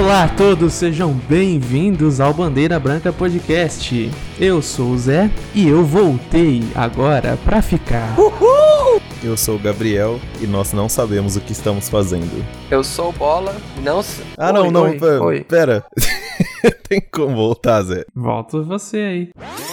Olá a todos, sejam bem-vindos ao Bandeira Branca Podcast. Eu sou o Zé e eu voltei agora pra ficar. Uhul! Eu sou o Gabriel e nós não sabemos o que estamos fazendo. Eu sou o Bola, não sei. Pera. Tem como voltar, Zé? Volta você aí.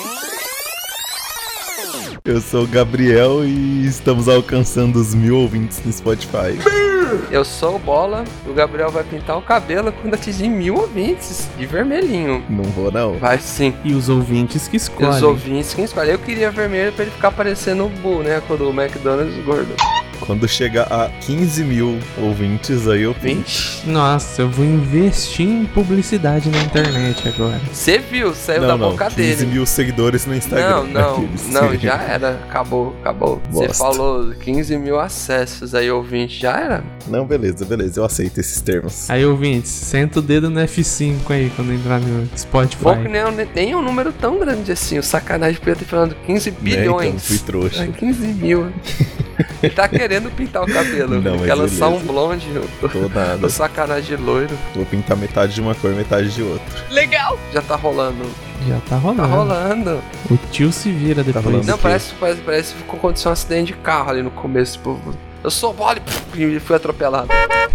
Eu sou o Gabriel e estamos alcançando os 1000 ouvintes no Spotify. Eu sou o Bola, o Gabriel vai pintar o cabelo quando atingir 1000 ouvintes, de vermelhinho. Não vou não. Vai sim. E os ouvintes que escolhem. Os ouvintes que escolhem. Eu queria vermelho pra ele ficar parecendo o boneco do McDonald's gordo. Quando chegar a 15 mil ouvintes, aí eu pinto. Nossa, eu vou investir em publicidade na internet agora. Você viu, saiu da boca 15 dele. 15 mil seguidores no Instagram. Não, já era. Acabou. Você falou 15 mil acessos aí, ouvinte, já era. Não, beleza, eu aceito esses termos. Aí, ouvintes, senta o dedo no F5 aí quando entrar no Spotify. Pouco nem um número tão grande assim, o sacanagem podia ter falando 15 bilhões. Então, fui trouxa. 15 mil. Ele tá querendo pintar o cabelo. Não, quer lançar um blonde. Tô nada. O sacanagem de loiro. Vou pintar metade de uma cor, metade de outra. Legal! Já tá rolando. Já tá rolando. Tá rolando. O tio se vira depois. Não, parece que aconteceu um acidente de carro ali no começo. Tipo, eu sou Bola e fui atropelado.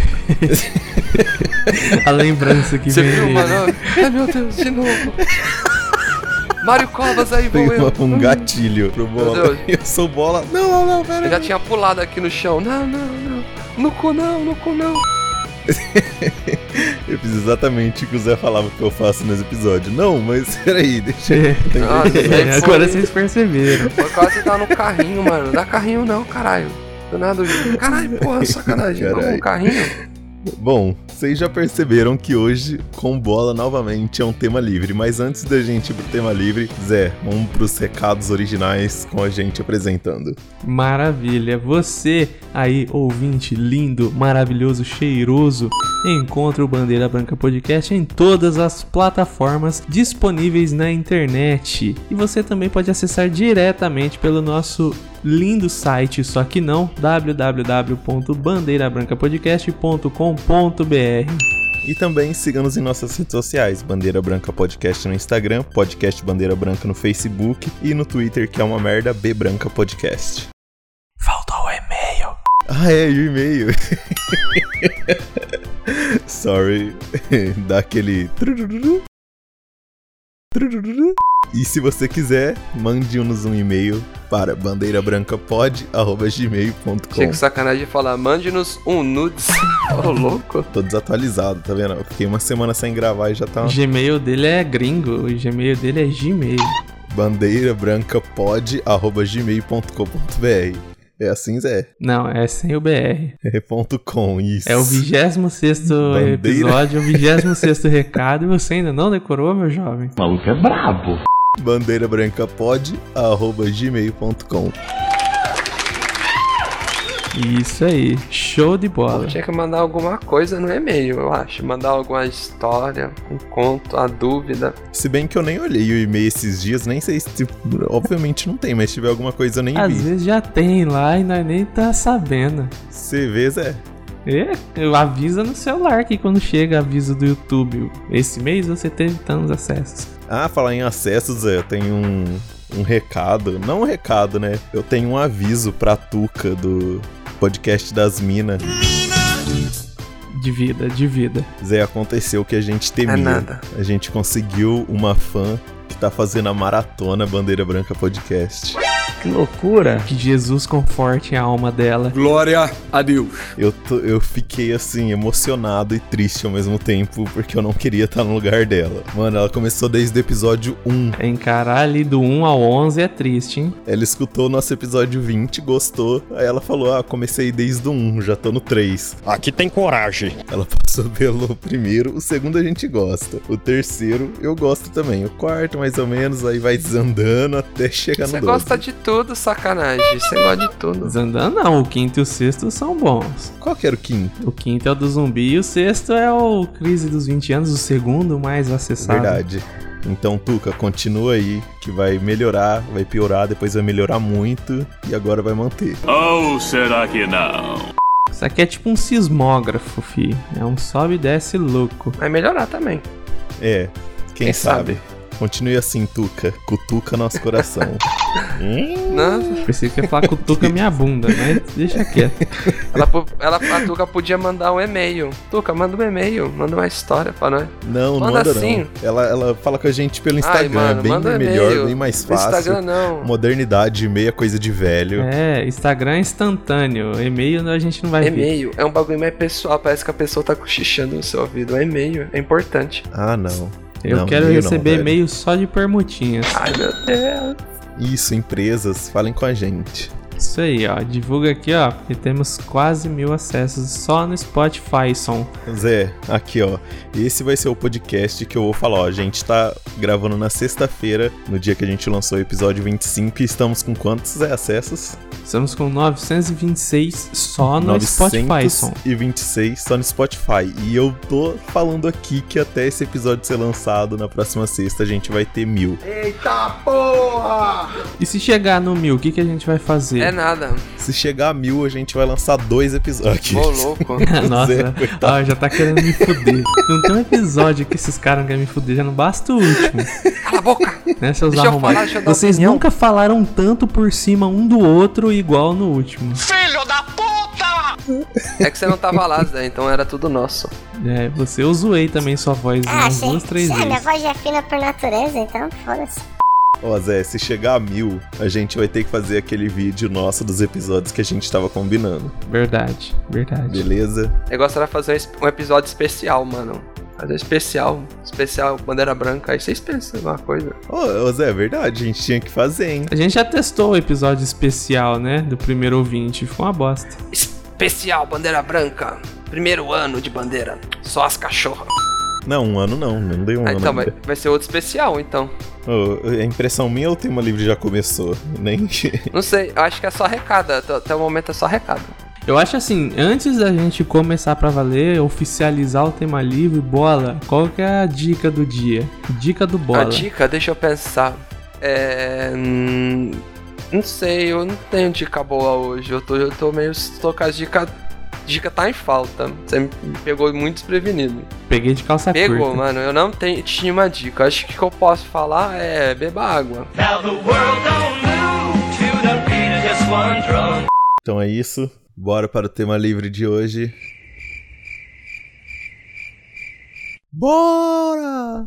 A lembrança que você vem. Você viu, mano? Ai, meu Deus, de novo. Mário Covas aí, vou eu. Um gatilho pro Bola. Eu sou Bola. Não, pera. Eu já tinha pulado aqui no chão. Não. No cu não. Eu fiz exatamente o que o Zé falava que eu faço nesse episódio. Não, mas peraí, deixa eu... Agora vocês perceberam. Foi quase dar no carrinho, mano. Não dá carrinho não, caralho. Do nada, caralho, porra, sacanagem. Não, carrinho. Bom, vocês já perceberam que hoje, com Bola novamente, é um tema livre. Mas antes da gente ir pro tema livre, Zé, vamos pros recados originais com a gente apresentando. Maravilha! Você aí, ouvinte lindo, maravilhoso, cheiroso, encontra o Bandeira Branca Podcast em todas as plataformas disponíveis na internet. E você também pode acessar diretamente pelo nosso lindo site, só que não, www.bandeirabrancapodcast.com.br. E também siga-nos em nossas redes sociais, Bandeira Branca Podcast no Instagram, Podcast Bandeira Branca no Facebook e no Twitter, que é uma merda, B Branca Podcast. Faltou o e-mail. Ah, é, e o e-mail. Sorry. Dá aquele... E se você quiser, mande-nos um e-mail para bandeirabrancapod@gmail.com. Chega sacanagem de falar, mande-nos um nudes. Ô, louco. Tô desatualizado, tá vendo? Eu fiquei uma semana sem gravar e já tá... O Gmail dele é gringo, o Gmail dele é Gmail. bandeirabrancapod@gmail.com.br. É assim, Zé? Não, é sem o BR. É .com, isso. É o 26º episódio, o 26º recado, e você ainda não decorou, meu jovem? O maluco é brabo. bandeirabrancapod@gmail.com. Isso aí, show de bola. Eu tinha que mandar alguma coisa no e-mail, eu acho. Mandar alguma história, um conto, a dúvida. Se bem que eu nem olhei o e-mail esses dias, nem sei se... obviamente não tem, mas se tiver alguma coisa eu nem vi. Às vezes já tem lá e nós nem tá sabendo. Você vê, Zé? Avisa no celular que quando chega aviso do YouTube. Esse mês você teve tantos acessos. Ah, falar em acessos, Zé, eu tenho um recado. Não um recado, né? Eu tenho um aviso pra Tuca do podcast das minas. De vida. Zé, aconteceu o que a gente temia. É nada. A gente conseguiu uma fã que tá fazendo a maratona Bandeira Branca Podcast. Que loucura. Que Jesus conforte a alma dela. Glória a Deus. Eu fiquei assim, emocionado e triste ao mesmo tempo, porque eu não queria estar no lugar dela. Mano, ela começou desde o episódio 1. Encarar ali do 1 ao 11 é triste, hein? Ela escutou o nosso episódio 20, gostou. Aí ela falou, comecei desde o 1, já tô no 3. Aqui tem coragem. Ela passou pelo primeiro, o segundo a gente gosta. O terceiro eu gosto também. O quarto, mais ou menos, aí vai desandando até chegar no 12. Você gosta de tudo, sacanagem. Você gosta de tudo. Desandando não, o quinto e o sexto são bons. Qual que era o quinto? O quinto é o do zumbi e o sexto é o Crise dos 20 anos, o segundo mais acessado. Verdade. Então, Tuca, continua aí, que vai melhorar, vai piorar, depois vai melhorar muito e agora vai manter. Ou será que não? Isso aqui é tipo um sismógrafo, fi. É um sobe e desce louco. Vai melhorar também. Quem sabe? Continue assim, Tuca. Cutuca nosso coração. Nossa. Pensei que ia falar cutuca minha bunda, mas deixa quieto. A Tuca podia mandar um e-mail. Tuca, manda um e-mail, manda uma história pra nós. Não Manda manda assim. não. Ela fala com a gente pelo Instagram, mano, bem manda melhor, e-mail. bem mais No fácil. Instagram não. Modernidade, meia coisa de velho. Instagram é instantâneo. E-mail a gente não vai ver. E-mail é um bagulho mais pessoal, parece que a pessoa tá cochichando no seu ouvido. É e-mail, é importante. Ah, não. Eu Não, quero e-mail receber não, velho. e-mail só de permutinhas. Ai, meu Deus. Isso, empresas, falem com a gente. Isso aí, ó. Divulga aqui, ó. Porque temos quase 1000 acessos só no Spotify, som. Zé, aqui ó, esse vai ser o podcast que eu vou falar, ó, a gente tá gravando na sexta-feira, no dia que a gente lançou o episódio 25, e estamos com quantos, Zé, acessos? Estamos com 926 só no Spotify, som. 926 só no Spotify, e eu tô falando aqui que até esse episódio ser lançado na próxima sexta a gente vai ter 1000. Eita porra! E se chegar no 1000, o que a gente vai fazer? É nada. Se chegar a 1000 a gente vai lançar 2 episódios. Ô, louco. Nossa, Zé, coitado. ó, já tá querendo me fuder. Não tem um episódio que esses caras querem me fuder, já não basta o último. Cala a boca. Né, seus Deixa eu arrombados? falar, deixa eu dar Vocês opinião. nunca falaram tanto por cima um do outro igual no último. Filho da puta! É que você não tava lá, Zé, então era tudo nosso. Eu zoei também sua voz umas achei. 2, 3 Minha vezes. voz já é fina por natureza, então foda-se. Ó, Zé, se chegar a 1000, a gente vai ter que fazer aquele vídeo nosso dos episódios que a gente tava combinando, Verdade. beleza? Eu gostaria de fazer um episódio especial, mano. Fazer especial Bandeira Branca. Aí vocês pensam em alguma coisa. Ô, Zé, é verdade, a gente tinha que fazer, hein? A gente já testou o episódio especial, né? Do primeiro ouvinte. Ficou uma bosta. Especial Bandeira Branca. Primeiro ano de bandeira. Só as cachorras. Não, um ano não dei um ano Então ainda. vai ser outro especial, então. Ô, é impressão minha ou o tema livre já começou? Nem... Não sei, eu acho que é só recado. Até o momento é só recado. Eu acho assim, antes da gente começar pra valer, oficializar o tema livre, Bola, qual que é a dica do dia? Dica do Bola. A dica, deixa eu pensar. Não sei, eu não tenho dica boa hoje. Eu tô meio. Tô com as dicas. Dica tá em falta. Você me pegou muito desprevenido. Peguei de calça Pegou, curta. mano. Eu não tinha uma dica. Acho que o que eu posso falar é beba água. Now the world don't move to the beat of just one drum. Então é isso, bora para o tema livre de hoje. Bora!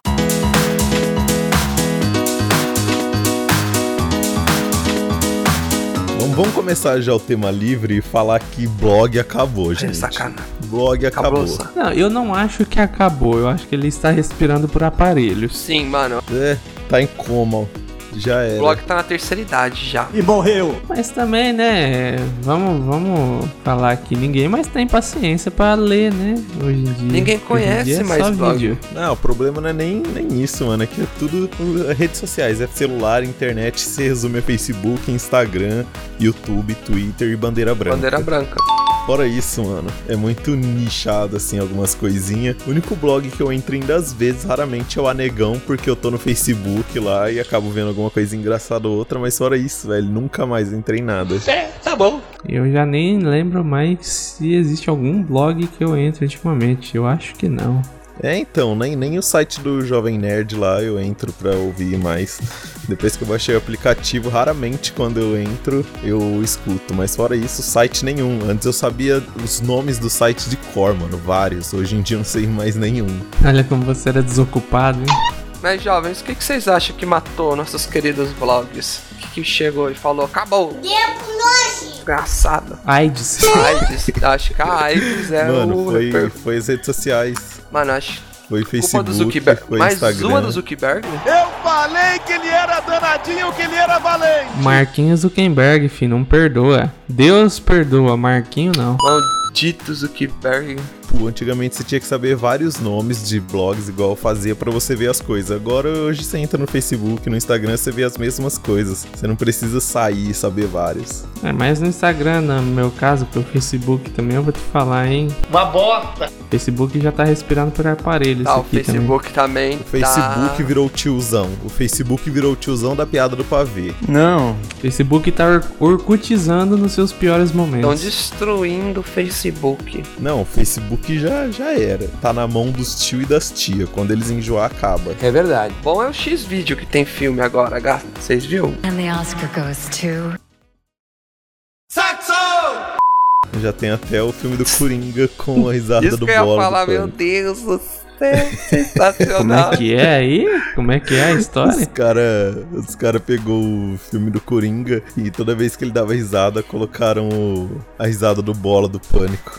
Vamos começar já o tema livre e falar que blog acabou, gente. Sacana. Blog acabou. Não, eu não acho que acabou. Eu acho que ele está respirando por aparelhos. Sim, mano. É, tá em coma. Já O era. blog tá na terceira idade já. E morreu. Mas também, né? Vamos falar que ninguém mais tem paciência pra ler, né? Hoje em dia. Ninguém Hoje em conhece dia é mais só blog. vídeo. Não, o problema não é nem isso, mano. É que é tudo redes sociais. É celular, internet, se resume a Facebook, Instagram, YouTube, Twitter e bandeira branca. Bandeira branca. Fora isso, mano, é muito nichado, assim, algumas coisinhas. O único blog que eu entro ainda às vezes, raramente, é o Anegão, porque eu tô no Facebook lá e acabo vendo alguma coisa engraçada ou outra, mas fora isso, velho, nunca mais entrei em nada. É, tá bom. Eu já nem lembro mais se existe algum blog que eu entro ultimamente. Eu acho que não. É, então, nem o site do Jovem Nerd lá eu entro pra ouvir mais. Depois que eu baixei o aplicativo, raramente quando eu entro eu escuto. Mas fora isso, site nenhum. Antes eu sabia os nomes dos sites de cor, mano, vários. Hoje em dia eu não sei mais nenhum. Olha como você era desocupado, hein? Mas, jovens, o que vocês acham que matou nossos queridos blogs? O que chegou e falou, acabou? Deu com nojo! Desgraçado. AIDS. AIDS. Acho que a AIDS é Mano, o... foi as redes sociais. Mano, acho Foi culpa do Facebook, Zuckerberg. foi Mais Instagram. uma do Zuckerberg? Eu falei que ele era danadinho, que ele era valente. Marquinhos Zuckerberg, filho, não perdoa. Deus perdoa, Marquinho não. Maldito Zuckerberg. Tipo, antigamente você tinha que saber vários nomes de blogs, igual eu fazia pra você ver as coisas. Agora, hoje você entra no Facebook, no Instagram, você vê as mesmas coisas. Você não precisa sair e saber vários. É mais no Instagram, no meu caso, pelo Facebook também, eu vou te falar, hein? Uma bosta! O Facebook já tá respirando por aparelho. Tá, isso o aqui Facebook também. O Facebook tá... virou o tiozão. O Facebook virou o tiozão da piada do pavê. Não. O Facebook tá orcutizando nos seus piores momentos. Estão destruindo o Facebook. Não, o Facebook já era. Tá na mão dos tio e das tia. Quando eles enjoar, acaba. É verdade. Bom é o X-Vídeo que tem filme agora, gata. Vocês viram? And the Oscar goes to... Já tem até o filme do Coringa com a risada Isso do que eu ia Bola. falar, do meu Pânico. Deus do céu. Sensacional. Como é que é aí? Como é que é a história? Os cara pegou o filme do Coringa e toda vez que ele dava risada, colocaram a risada do Bola do Pânico.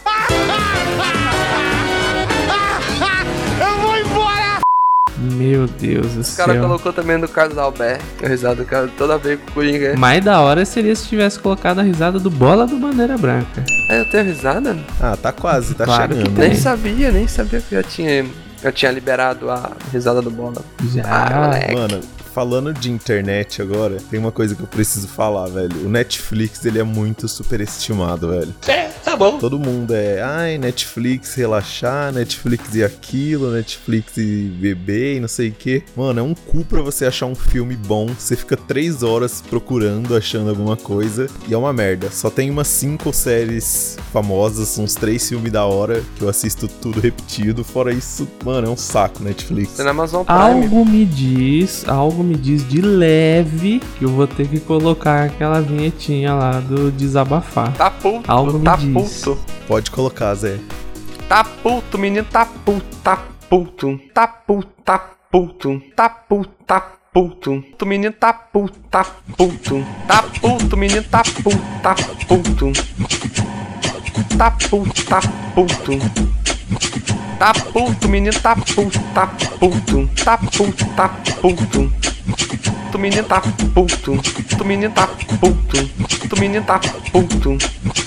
Meu Deus do O cara céu. colocou também do Carlos Alberto. A risada do cara toda vez com o Coringa. Mais da hora seria se tivesse colocado a risada do Bola do Bandeira Branca. É, eu tenho risada? Ah, tá quase, tá Claro que chegando. tem. Nem sabia que eu tinha liberado a risada do Bola. Já. moleque. Mano, falando de internet agora, tem uma coisa que eu preciso falar, velho. O Netflix, ele é muito superestimado, velho. É, tá bom. Todo mundo ai, Netflix relaxar, Netflix e aquilo, Netflix e beber e não sei o que. Mano, é um cu pra você achar um filme bom. Você fica 3 horas procurando, achando alguma coisa. E é uma merda. Só tem umas 5 séries famosas, uns 3 filmes da hora, que eu assisto tudo repetido. Fora isso, mano, é um saco Netflix. Tem na Amazon Prime. Algo me diz de leve que eu vou ter que colocar aquela vinhetinha lá do desabafar. Tá puto, Algo me tá diz. puto. Pode colocar, Zé. Tá puto, menino, tá puto, tá puto. Tá puto, tá puto. Tá puto, tá puto. O menino tá puto, tá puto. Tá puto, menino, tá puto, tá puto. Tá puto, tá puto. Tá puto, menino, tá puto, tá puto. Tá puto, tá puto. Tu menino tá puto. Tu menino tá puto. Tu menino tá puto.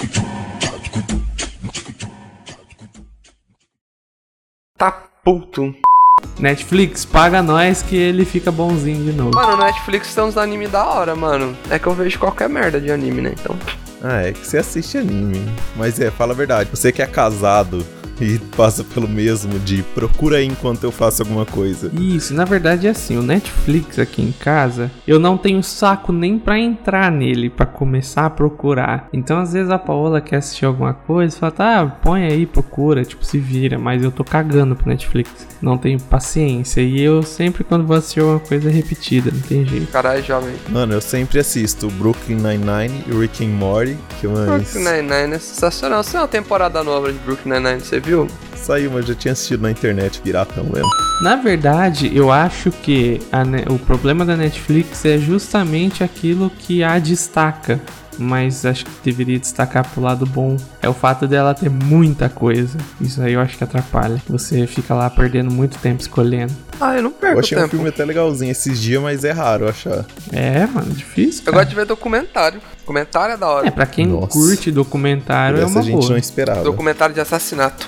Tá puto. Netflix, paga nós que ele fica bonzinho de novo. Mano, no Netflix tem uns anime da hora, mano. É que eu vejo qualquer merda de anime, né? Então. Ah, é que você assiste anime. Mas fala a verdade. Você que é casado e passa pelo mesmo de procura aí enquanto eu faço alguma coisa. Isso, na verdade é assim, o Netflix aqui em casa, eu não tenho saco nem pra entrar nele, pra começar a procurar. Então às vezes a Paola quer assistir alguma coisa, fala, tá, põe aí, procura, tipo, se vira, mas eu tô cagando pro Netflix, não tenho paciência, e eu sempre quando vou assistir alguma coisa é repetida, não tem jeito. Caralho, jovem. Mano, eu sempre assisto Brooklyn Nine-Nine e Rick and Morty, que mais... Brooklyn Nine-Nine é sensacional. Você é uma temporada nova de Brooklyn Nine-Nine, você viu? Saiu, mas já tinha assistido na internet, piratão mesmo. Na verdade, eu acho que o problema da Netflix é justamente aquilo que a destaca. Mas acho que deveria destacar pro lado bom. É o fato dela ter muita coisa. Isso aí eu acho que atrapalha. Você fica lá perdendo muito tempo escolhendo. Ah, eu não perco Eu achei tempo. um filme até legalzinho esses dias, mas é raro achar. É, mano, difícil. Eu Cara. gosto de ver documentário. Documentário é da hora. É, pra quem Nossa. curte documentário é Essa uma a gente boa. não esperava. Documentário de assassinato.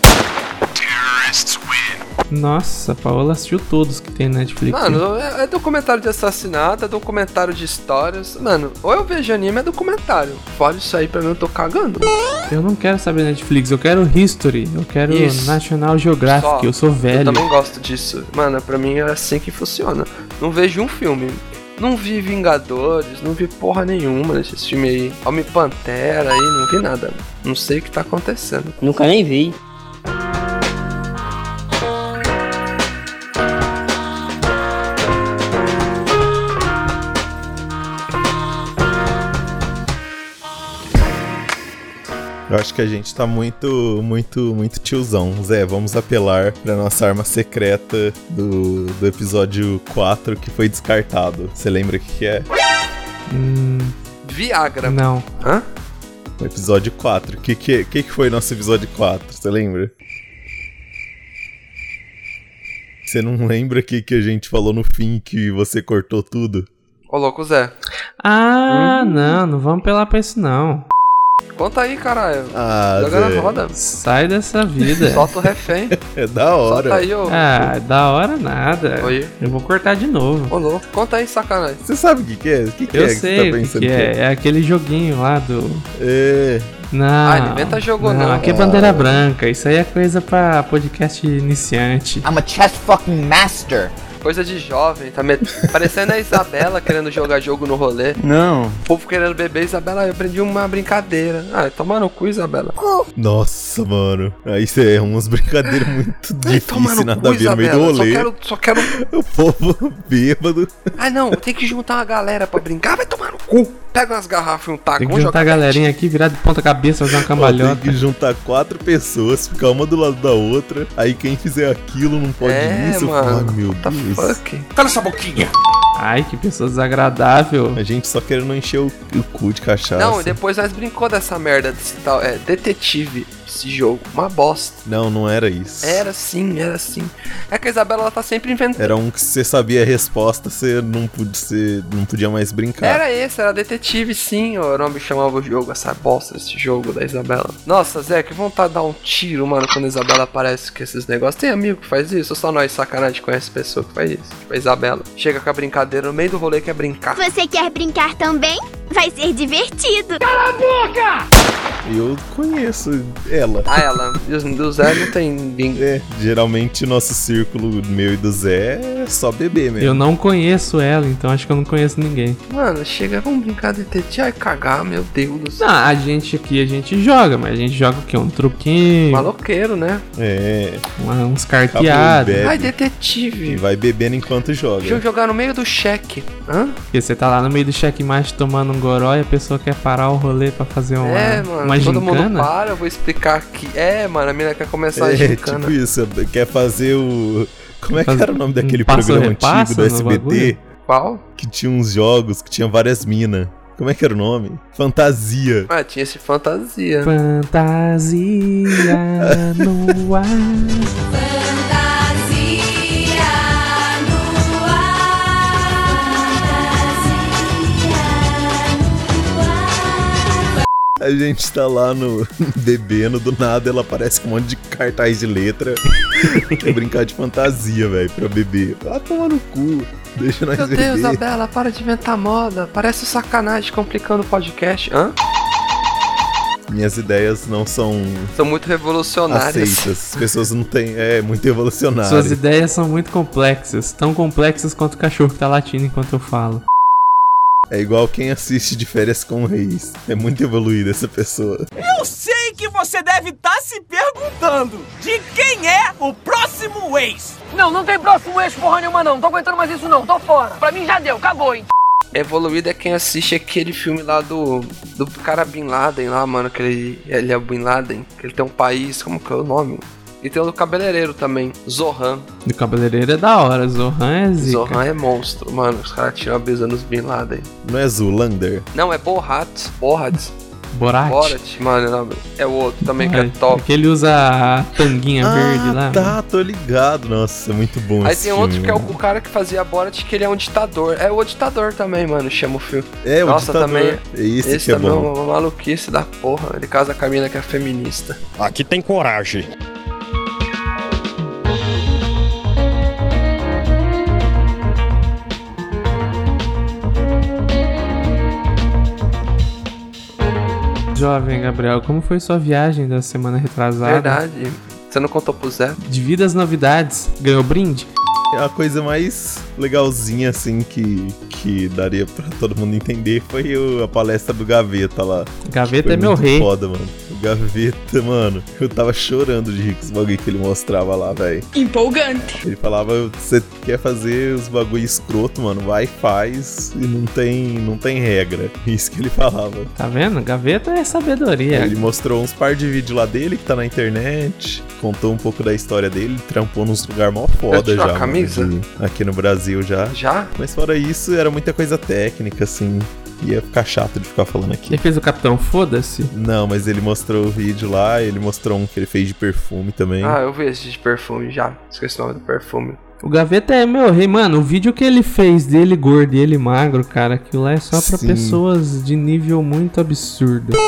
Nossa, a Paola assistiu todos que tem na Netflix. Mano, é documentário de assassinato, é documentário de histórias. Mano, ou eu vejo anime, é documentário. Fora isso aí, pra mim, eu tô cagando. Eu não quero saber Netflix, eu quero History, eu quero Isso. National Geographic, Só. eu sou velho. Eu também gosto disso. Mano, pra mim é assim que funciona. Não vejo um filme. Não vi Vingadores, não vi porra nenhuma nesse filme aí. Homem-Pantera aí, não vi nada. Não sei o que tá acontecendo. Nunca nem vi. Eu acho que a gente tá muito tiozão. Zé, vamos apelar pra nossa arma secreta do episódio 4 que foi descartado. Você lembra o que é? Viagra. Não. Hã? O episódio 4. O que foi nosso episódio 4? Você lembra? Você não lembra o que a gente falou no fim que você cortou tudo? Ô, louco, Zé. Ah, não vamos apelar pra isso não. Conta aí, caralho. Ah, Joga na Zé. roda. Sai dessa vida. Solta o refém. É da hora. Solta aí, ô. Ah, da hora nada. Oi. Eu vou cortar de novo. Ô, louco. Conta aí, sacanagem. Você sabe o que é? O que Eu é que sei você tá o pensando que é. É aquele joguinho lá do... É. Não. Não inventa jogo não. Aqui é bandeira branca. Isso aí é coisa pra podcast iniciante. I'm a chess fucking master. Coisa de jovem, tá parecendo a Isabela querendo jogar jogo no rolê. Não. O povo querendo beber, Isabela, eu aprendi uma brincadeira. Ah, toma no cu, Isabela. Nossa, mano. Aí você é umas brincadeiras muito Toma difíceis, no nada cu, a ver no meio do Isabela. rolê. Só quero... O povo bêbado. Ah, não, tem que juntar uma galera pra brincar. Vai tomar no cu. Pega umas garrafas e um taco. Tem que vamos juntar a jogar galerinha aqui, virar de ponta cabeça, fazer uma Ó, cambalhota. tem que juntar 4 pessoas, ficar uma do lado da outra. Aí quem fizer aquilo não pode isso. mano. Ai, meu What the Deus. fuck? Cala essa boquinha. Ai, que pessoa desagradável. A gente só querendo encher o cu de cachaça. Não, e depois nós brincou dessa merda desse tal. É detetive esse jogo. Uma bosta. Não era isso. Era sim. É que a Isabela ela tá sempre inventando. Era um que você sabia a resposta, você não podia mais brincar. Era detetive sim, o nome chamava o jogo, essa bosta desse jogo da Isabela. Nossa, Zé, que vontade de dar um tiro, mano, quando a Isabela aparece com esses negócios. Tem amigo que faz isso? Ou só nós, sacanagem, conhece pessoa que faz isso? Tipo a Isabela. Chega com a brincadeira no meio do rolê, quer brincar. Você quer brincar também? Vai ser divertido. Eu conheço ela. Ah, ela. E do Zé não tem bingo. É, geralmente nosso círculo meu e do Zé é só bebê mesmo. Eu não conheço ela, então acho que eu não conheço ninguém. Mano, chega, vamos brincar de detetive. Ai, cagar, meu Deus. Não, a gente aqui, a gente joga, mas a gente joga o quê? Um truquinho, Maloqueiro, né? É, uns carteados. Bebe. Ai, E detetive. vai bebendo enquanto joga. Deixa eu jogar no meio do cheque. Hã? Porque você tá lá no meio do checkmate tomando um goró e a pessoa quer parar o rolê pra fazer uma Todo mundo gincana. para, eu vou explicar aqui. É, mano, a mina quer começar a É, gincana. tipo isso, quer fazer o... Como é que Fazer era o nome daquele um passo programa repassa antigo do no SBT? bagulho? Qual? Que tinha uns jogos, que tinha várias minas. Como é que era o nome? Fantasia. Ah, tinha esse fantasia. Fantasia no ar. A gente tá lá no bebendo, do nada ela aparece com um monte de cartaz de letra. Quer brincar de fantasia, velho, pra beber. Ah, toma no cu. Deixa nós Meu beber. Deus, Isabela, para de inventar moda. Parece sacanagem complicando o podcast. Hã? Minhas ideias não são São muito revolucionárias. aceitas. As pessoas não têm... É, muito evolucionário. Suas ideias são muito complexas. Tão complexas quanto o cachorro que tá latindo enquanto eu falo. É igual quem assiste de Férias com o Reis. É muito evoluída essa pessoa. Eu sei que você deve estar se perguntando de quem é o próximo ex. Não tem próximo ex porra nenhuma não. Tô aguentando mais isso não, tô fora. Pra mim já deu, acabou, hein. Evoluído é quem assiste aquele filme lá do cara Bin Laden lá, mano, que ele é o Bin Laden, que ele tem um país, como que é o nome? E tem o do cabeleireiro também, Zohan. Do cabeleireiro é da hora, Zohan é zica. Zohan é monstro, mano, os caras tiram a brisa nos Bin Laden. Não é Zoolander? Não, é Borat, Borat. mano, é o outro também que é top. Que ele usa a tanguinha verde lá. Tá, tô ligado. Nossa, muito bom Aí esse tem outro filme, que é o mano. cara que fazia Borat, que ele é um ditador. É o ditador também, mano, chama o filme. É, o Nossa, ditador. também. É esse Esse que é também bom. uma maluquice da porra. Ele casa com a mina que é feminista. Aqui tem coragem. Jovem Gabriel, como foi sua viagem da semana retrasada? Verdade. Você não contou pro Zé? Divida as novidades. Ganhou brinde? A coisa mais legalzinha, assim, que daria pra todo mundo entender foi a palestra do Gaveta lá. Gaveta Foi é meu muito rei. foda, mano. O Gaveta, mano, eu tava chorando de rir com os bagulho que ele mostrava lá, velho. Empolgante. Ele falava, você quer fazer os bagulho escroto, mano, vai e faz, e não tem regra. Isso que ele falava. Tá vendo? Gaveta é sabedoria. Ele mostrou uns par de vídeos lá dele que tá na internet, contou um pouco da história dele, trampou nos lugares mó foda tirou a já, camisa? mano, aqui no Brasil já. Já? Mas fora isso, era muita coisa técnica, assim. Ia ficar chato de ficar falando aqui. Ele fez o Capitão Foda-se? Não, mas ele mostrou o vídeo lá, ele mostrou um que ele fez de perfume também. Ah, eu vi esse de perfume já. Esqueci o nome do perfume. O Gaveta é meu rei. Mano, o vídeo que ele fez dele gordo e ele magro, cara, aquilo lá é só pra Sim. pessoas de nível muito absurdo.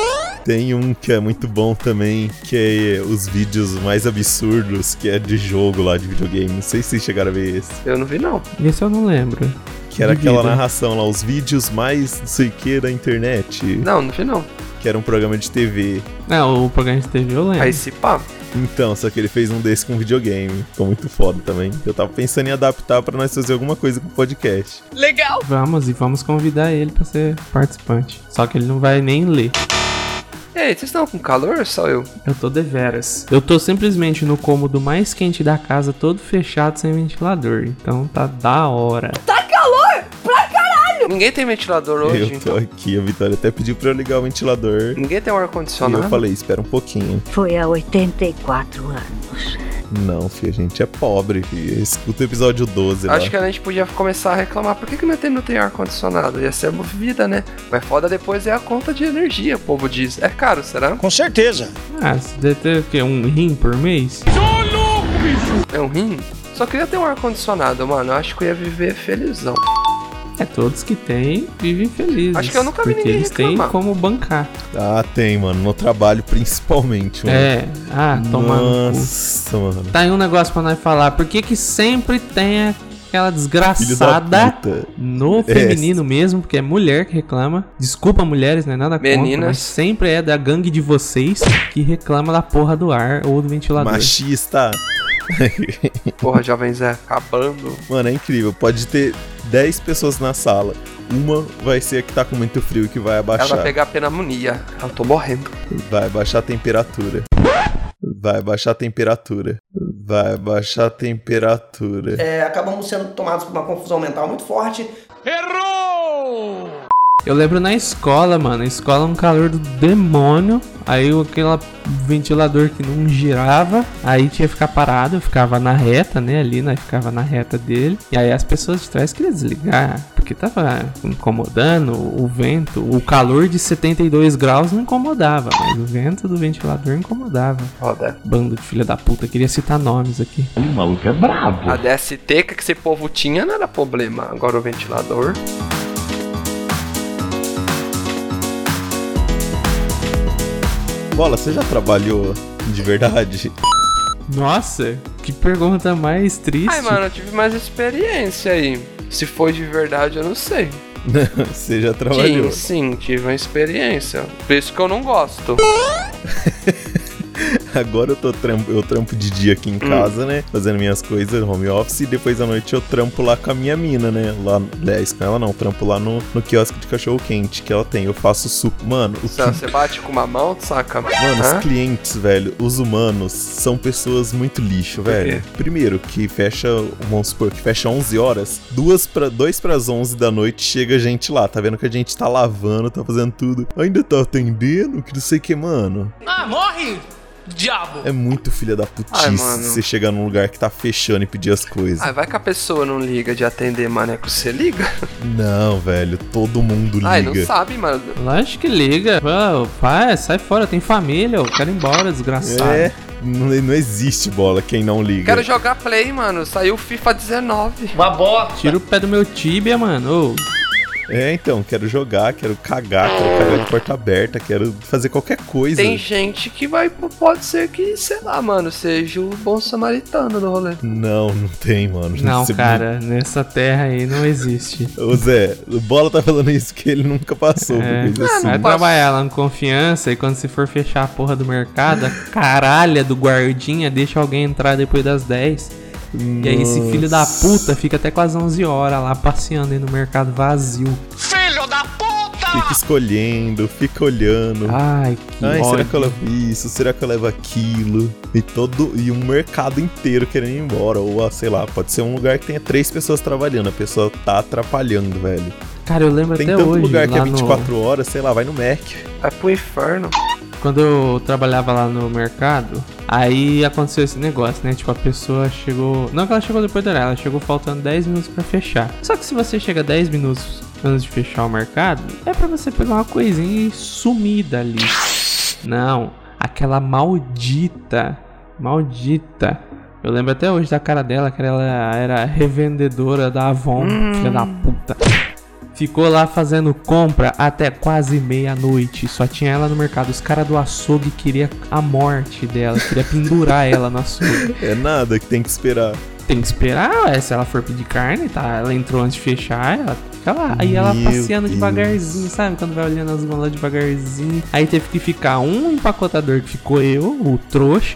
Tem um que é muito bom também, que é os vídeos mais absurdos, que é de jogo lá, de videogame. Não sei se vocês chegaram a ver esse. Eu não vi, não. Esse eu não lembro. Que era aquela Divida. narração lá, os vídeos mais não sei o que da internet. Não vi, não. Que era um programa de TV. O programa de TV eu lembro. Aí se pá. Então, só que ele fez um desse com videogame. Ficou muito foda também. Eu tava pensando em adaptar pra nós fazer alguma coisa com o podcast. Legal! Vamos convidar ele pra ser participante. Só que ele não vai nem ler. Ei, vocês estão com calor ou só eu? Eu tô deveras. Eu tô simplesmente no cômodo mais quente da casa, todo fechado, sem ventilador. Então tá da hora. Ninguém tem ventilador hoje, Eu tô então. aqui, a Vitória até pediu pra eu ligar o ventilador. Ninguém tem um E ar-condicionado. eu falei, espera um pouquinho. Foi há 84 anos. Não, filho, a gente é pobre, filho. Escuta o episódio 12 lá. Acho que a gente podia começar a reclamar. Por que não tem ar-condicionado? Ia ser vida, né? Mas foda depois é a conta de energia, o povo diz. É caro, será? Com certeza. Você deve ter o quê? Um rim por mês? É um rim? Só queria ter um ar-condicionado, mano. Eu acho que eu ia viver felizão. Todos que tem vivem felizes. Acho que eu nunca vi porque ninguém eles têm reclamar. como bancar. Ah, tem, mano. No trabalho, principalmente, mano. Tomar no cu. Nossa, mano. Tá aí um negócio pra nós falar. Por que sempre tem aquela Filho desgraçada da puta. no feminino mesmo? Porque é mulher que reclama. Desculpa, mulheres, não é nada contra, Meninas. mas sempre é da gangue de vocês que reclama da porra do ar ou do ventilador. Machista. Porra, Jovem Zé, acabando. Mano, é incrível. Pode ter 10 pessoas na sala. Uma vai ser a que tá com muito frio, que vai Ela abaixar. vai pegar pneumonia. Eu tô morrendo. Vai baixar a temperatura. Vai baixar a temperatura. Vai baixar a temperatura. Acabamos sendo tomados por uma confusão mental muito forte. Eu lembro na escola, mano. A escola é um calor do demônio. Aí aquele ventilador que não girava. Aí tinha que ficar parado. Eu ficava na reta, né? Ali, né? Ficava na reta dele. E aí as pessoas de trás queriam desligar. Porque tava incomodando o vento. O calor de 72 graus não incomodava. Mas o vento do ventilador incomodava. Foda. Bando de filha da puta. Queria citar nomes aqui. O maluco é brabo. A DST que esse povo tinha não era problema. Agora o ventilador. Bola, você já trabalhou de verdade? Nossa, que pergunta mais triste. Ai, mano, eu tive mais experiência aí. Se foi de verdade, eu não sei. Você já trabalhou? Sim, tive uma experiência. Por isso que eu não gosto. Agora eu trampo de dia aqui em casa, né? Fazendo minhas coisas, home office. E depois à noite eu trampo lá com a minha mina, né? Lá, aliás, com ela não. Trampo lá no quiosque de cachorro quente que ela tem. Eu faço suco. Mano, Você bate com uma mão, saca? Mano, os clientes, velho, os humanos são pessoas muito lixo, velho. Primeiro, que fecha, vamos supor, que fecha 11 horas, 2 para as 11 da noite chega gente lá, tá vendo que a gente tá lavando, tá fazendo tudo. Ainda tá atendendo, que não sei o que, mano. Ah, morre! Diabo! É muito filha da putice mano. você chegar num lugar que tá fechando e pedir as coisas. Ai, vai que a pessoa não liga de atender, mano. É que você liga? Não, velho, todo mundo liga. Ai, não sabe, mano. Lógico que liga. Pai, sai fora, tem família, eu quero ir embora, desgraçado. Não existe bola quem não liga. Quero jogar play, mano. Saiu FIFA 19. Uma bosta! Tira o pé do meu tibia, mano. Ô. Então, quero jogar, quero cagar de porta aberta, quero fazer qualquer coisa. Tem gente que pode ser que, sei lá, mano, seja o bom samaritano do rolê. Não tem, mano. Não, cara, nessa terra aí não existe. Ô Zé, o Bola tá falando isso que ele nunca passou por coisa assim. Vai trabalhar lá no Confiança e quando você for fechar a porra do mercado, a caralha do guardinha deixa alguém entrar depois das 10. E aí esse filho da puta fica até quase 11 horas lá passeando aí no mercado vazio. Filho da puta! Fica escolhendo, fica olhando. Ai, que ódio. Será que eu levo isso? Será que eu levo aquilo? E um mercado inteiro querendo ir embora. Ou, sei lá, pode ser um lugar que tenha 3 pessoas trabalhando. A pessoa tá atrapalhando, velho. Cara, eu lembro Tem até tanto hoje. lugar que é lá 24 horas, sei lá, vai no Mac. Vai pro inferno. Quando eu trabalhava lá no mercado, aí aconteceu esse negócio, né? Tipo, a pessoa chegou... Não que ela chegou depois da hora, ela chegou faltando 10 minutos pra fechar. Só que se você chega 10 minutos antes de fechar o mercado, é pra você pegar uma coisinha e sumir dali. Não, aquela maldita. Eu lembro até hoje da cara dela, que ela era revendedora da Avon, filha da puta. ficou lá fazendo compra até quase meia-noite. Só tinha ela no mercado. Os caras do açougue queriam a morte dela, queria pendurar ela no açougue. É nada que tem que esperar. Tem que esperar, se ela for pedir carne, tá? Ela entrou antes de fechar, ela fica lá. Aí ela passeando devagarzinho, sabe? Quando vai olhando as gôndolas devagarzinho. Aí teve que ficar um empacotador, que ficou eu, o trouxa.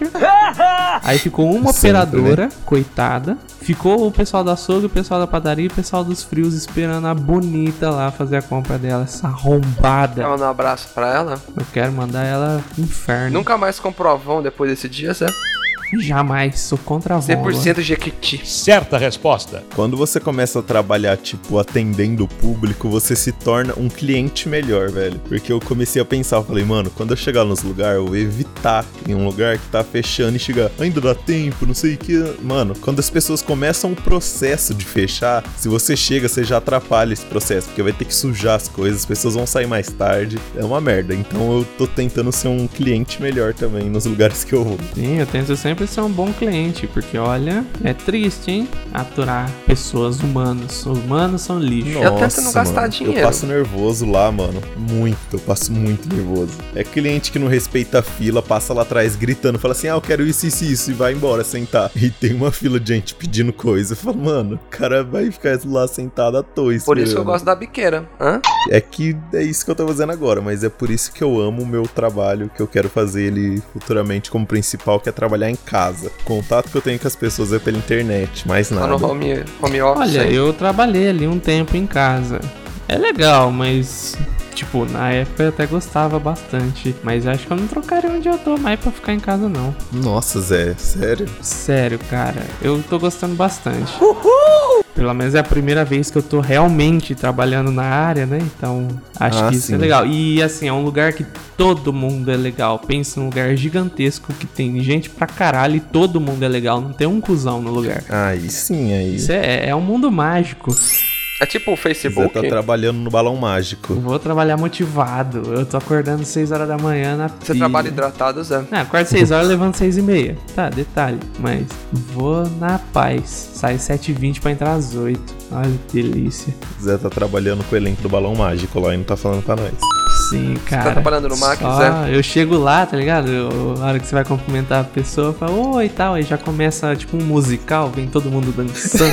Aí ficou uma operadora, coitada. Ficou o pessoal do açougue, o pessoal da padaria e o pessoal dos frios esperando a bonita lá fazer a compra dela. Essa arrombada. Quer mandar um abraço pra ela? Eu quero mandar ela pro inferno. Nunca mais comprou Avon depois desse dia, Zé? Jamais, sou contra a Avon. 100% Jequiti. Certa resposta. Quando você começa a trabalhar, tipo, atendendo o público, você se torna um cliente melhor, velho. Porque eu comecei a pensar, eu falei, mano, quando eu chegar nos lugares, eu vou evitar em um lugar que tá fechando e chegar, ainda dá tempo, não sei o que. Mano, quando as pessoas começam o processo de fechar, se você chega, você já atrapalha esse processo, porque vai ter que sujar as coisas, as pessoas vão sair mais tarde. É uma merda. Então eu tô tentando ser um cliente melhor também nos lugares que eu vou. Sim, eu tento sempre ser um bom cliente, porque olha, é triste, hein? Aturar pessoas humanas. Humanos são lixo. Eu tento não gastar dinheiro. Eu passo nervoso lá, mano. Eu passo muito nervoso. É cliente que não respeita a fila, passa lá atrás gritando, fala assim, eu quero isso, e vai embora sentar. E tem uma fila de gente pedindo coisa. Eu falo, mano, o cara vai ficar lá sentado à toa. Por isso que eu gosto da biqueira. Hã? É que é isso que eu tô fazendo agora, mas é por isso que eu amo o meu trabalho, que eu quero fazer ele futuramente como principal, que é trabalhar em casa. O contato que eu tenho com as pessoas é pela internet, mais nada. No home office. Olha, eu trabalhei ali um tempo em casa. É legal, mas... Tipo, na época eu até gostava bastante. Mas acho que eu não trocaria onde eu tô mais pra ficar em casa, não. Nossa, Zé, sério? Sério, cara. Eu tô gostando bastante. Uhul! Pelo menos é a primeira vez que eu tô realmente trabalhando na área, né? Então, acho que isso é legal. E, assim, é um lugar que todo mundo é legal. Pensa num lugar gigantesco que tem gente pra caralho e todo mundo é legal. Não tem um cuzão no lugar. Aí sim, aí. Isso é um mundo mágico. É tipo o Facebook. Você tá trabalhando no balão mágico. Vou trabalhar motivado. Eu tô acordando 6 horas da manhã na Você trabalha hidratado, Zé? Não, acordo 6 horas e levanto 6h30. Tá, detalhe. Mas vou na paz. Sai 7h20 pra entrar às 8. Olha que delícia. Zé tá trabalhando com o elenco do balão mágico lá e não tá falando pra nós. Sim, cara. Você tá trabalhando no Mac, Zé? Eu chego lá, tá ligado? Na hora que você vai cumprimentar a pessoa, fala, oi e tal. Aí já começa tipo um musical, vem todo mundo dançando.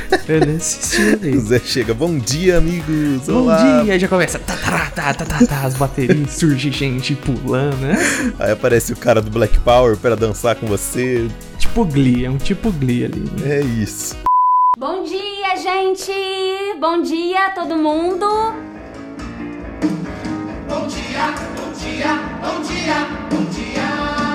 É nesse estilo aí. O Zé chega, bom dia, amigos. Bom Olá. dia. Aí já começa, as baterias, surge gente pulando, né? Aí aparece o cara do Black Power pra dançar com você. Tipo Glee, é um tipo Glee ali. Né? É isso. Bom dia, gente! Bom dia, todo mundo! Bom dia, bom dia, bom dia, bom dia.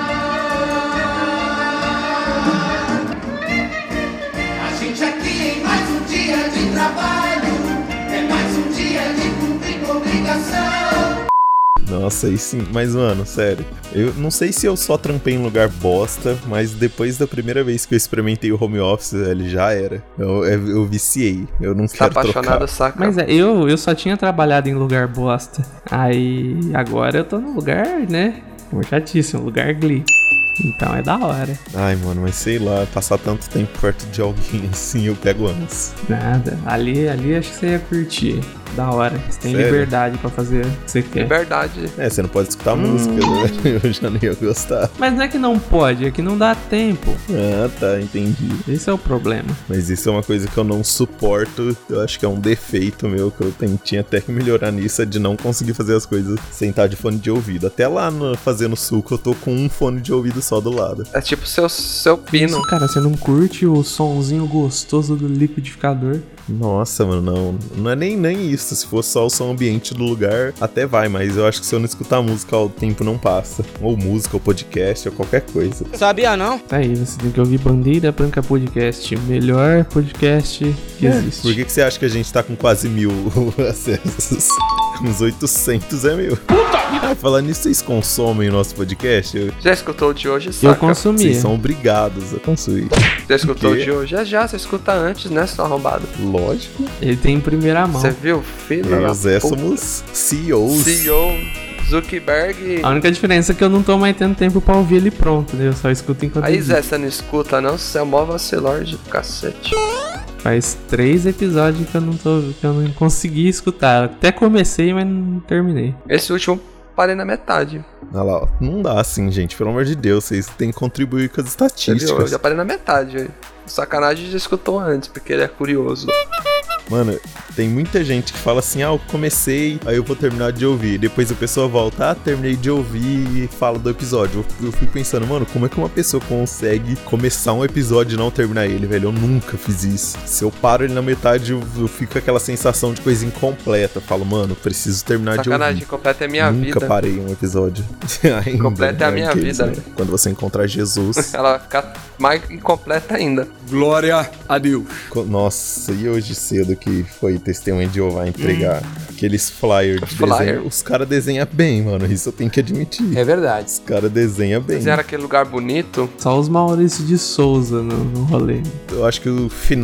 A gente aqui em mais um dia de trabalho, é mais um dia de cumprir com obrigação. Nossa, aí sim. Mas, mano, sério. Eu não sei se eu só trampei em lugar bosta, mas depois da primeira vez que eu experimentei o home office, ele já era. Eu viciei. Eu não quero trocar. Tá apaixonado, saca? Mas eu só tinha trabalhado em lugar bosta. Aí agora eu tô num lugar, né? Chatíssimo, lugar Glee. Então é da hora. Ai, mano, mas sei lá, passar tanto tempo perto de alguém assim, eu pego antes. Nada. Ali acho que você ia curtir. Da hora. Você tem Sério? Liberdade pra fazer o que você quer. Liberdade. É, você não pode escutar música, né? Eu já não ia gostar. Mas não é que não pode, é que não dá tempo. Ah, tá, entendi. Esse é o problema. Mas isso é uma coisa que eu não suporto. Eu acho que é um defeito meu, que eu tinha até que melhorar nisso, é de não conseguir fazer as coisas sem estar de fone de ouvido. Até lá fazendo suco, eu tô com um fone de ouvido só do lado. É tipo seu pino. Isso, cara, você não curte o sonzinho gostoso do liquidificador? Nossa, mano, não é nem isso. Se fosse só o som ambiente do lugar, até vai, mas eu acho que se eu não escutar música, o tempo não passa. Ou música, ou podcast, ou qualquer coisa. Sabia não? Aí, você tem que ouvir Bandeira Branca Podcast, o melhor podcast que existe. Por que você acha que a gente tá com quase 1000 acessos? Uns 800 é meu. Puta vida! Falando nisso, vocês consomem o nosso podcast? Já escutou o de hoje, saca? Eu consumi. Vocês são obrigados a consumir. Já escutou o de hoje? Já, você escuta antes, né, seu arrombado? Lógico. Ele tem em primeira mão. Você viu? Filho Eu e da o Zé puta. somos CEOs. CEO. Zuckerberg... A única diferença é que eu não tô mais tendo tempo pra ouvir ele pronto, né? Eu só escuto enquanto Aí, eu Zé, você não escuta não? Você é mó vacilorde do cacete. Faz 3 episódios que eu não consegui escutar. Até comecei, mas não terminei. Esse último parei na metade. Olha lá, ó. Não dá assim, gente. Pelo amor de Deus, vocês têm que contribuir com as estatísticas. Eu já parei na metade, velho. Sacanagem já escutou antes, porque ele é curioso. Mano, tem muita gente que fala assim, eu comecei, aí eu vou terminar de ouvir. Depois a pessoa volta, terminei de ouvir e fala do episódio. Eu fico pensando, mano, como é que uma pessoa consegue começar um episódio e não terminar ele, velho? Eu nunca fiz isso. Se eu paro ele na metade, eu fico com aquela sensação de coisa incompleta. Eu falo, mano, preciso terminar de ouvir. Sacanagem, completa é minha vida. Nunca parei um episódio. Ainda, completa é a minha vida. Né? Quando você encontrar Jesus. Ela vai ficar mais incompleta ainda. Glória a Deus. Nossa, e hoje cedo que foi Testemunha de Jeová entregar aqueles flyers de desenho. Os caras desenham bem, mano. Isso eu tenho que admitir. É verdade. Os caras desenham bem. Fizeram aquele lugar bonito. Só os Maurício de Souza no rolê. Eu acho que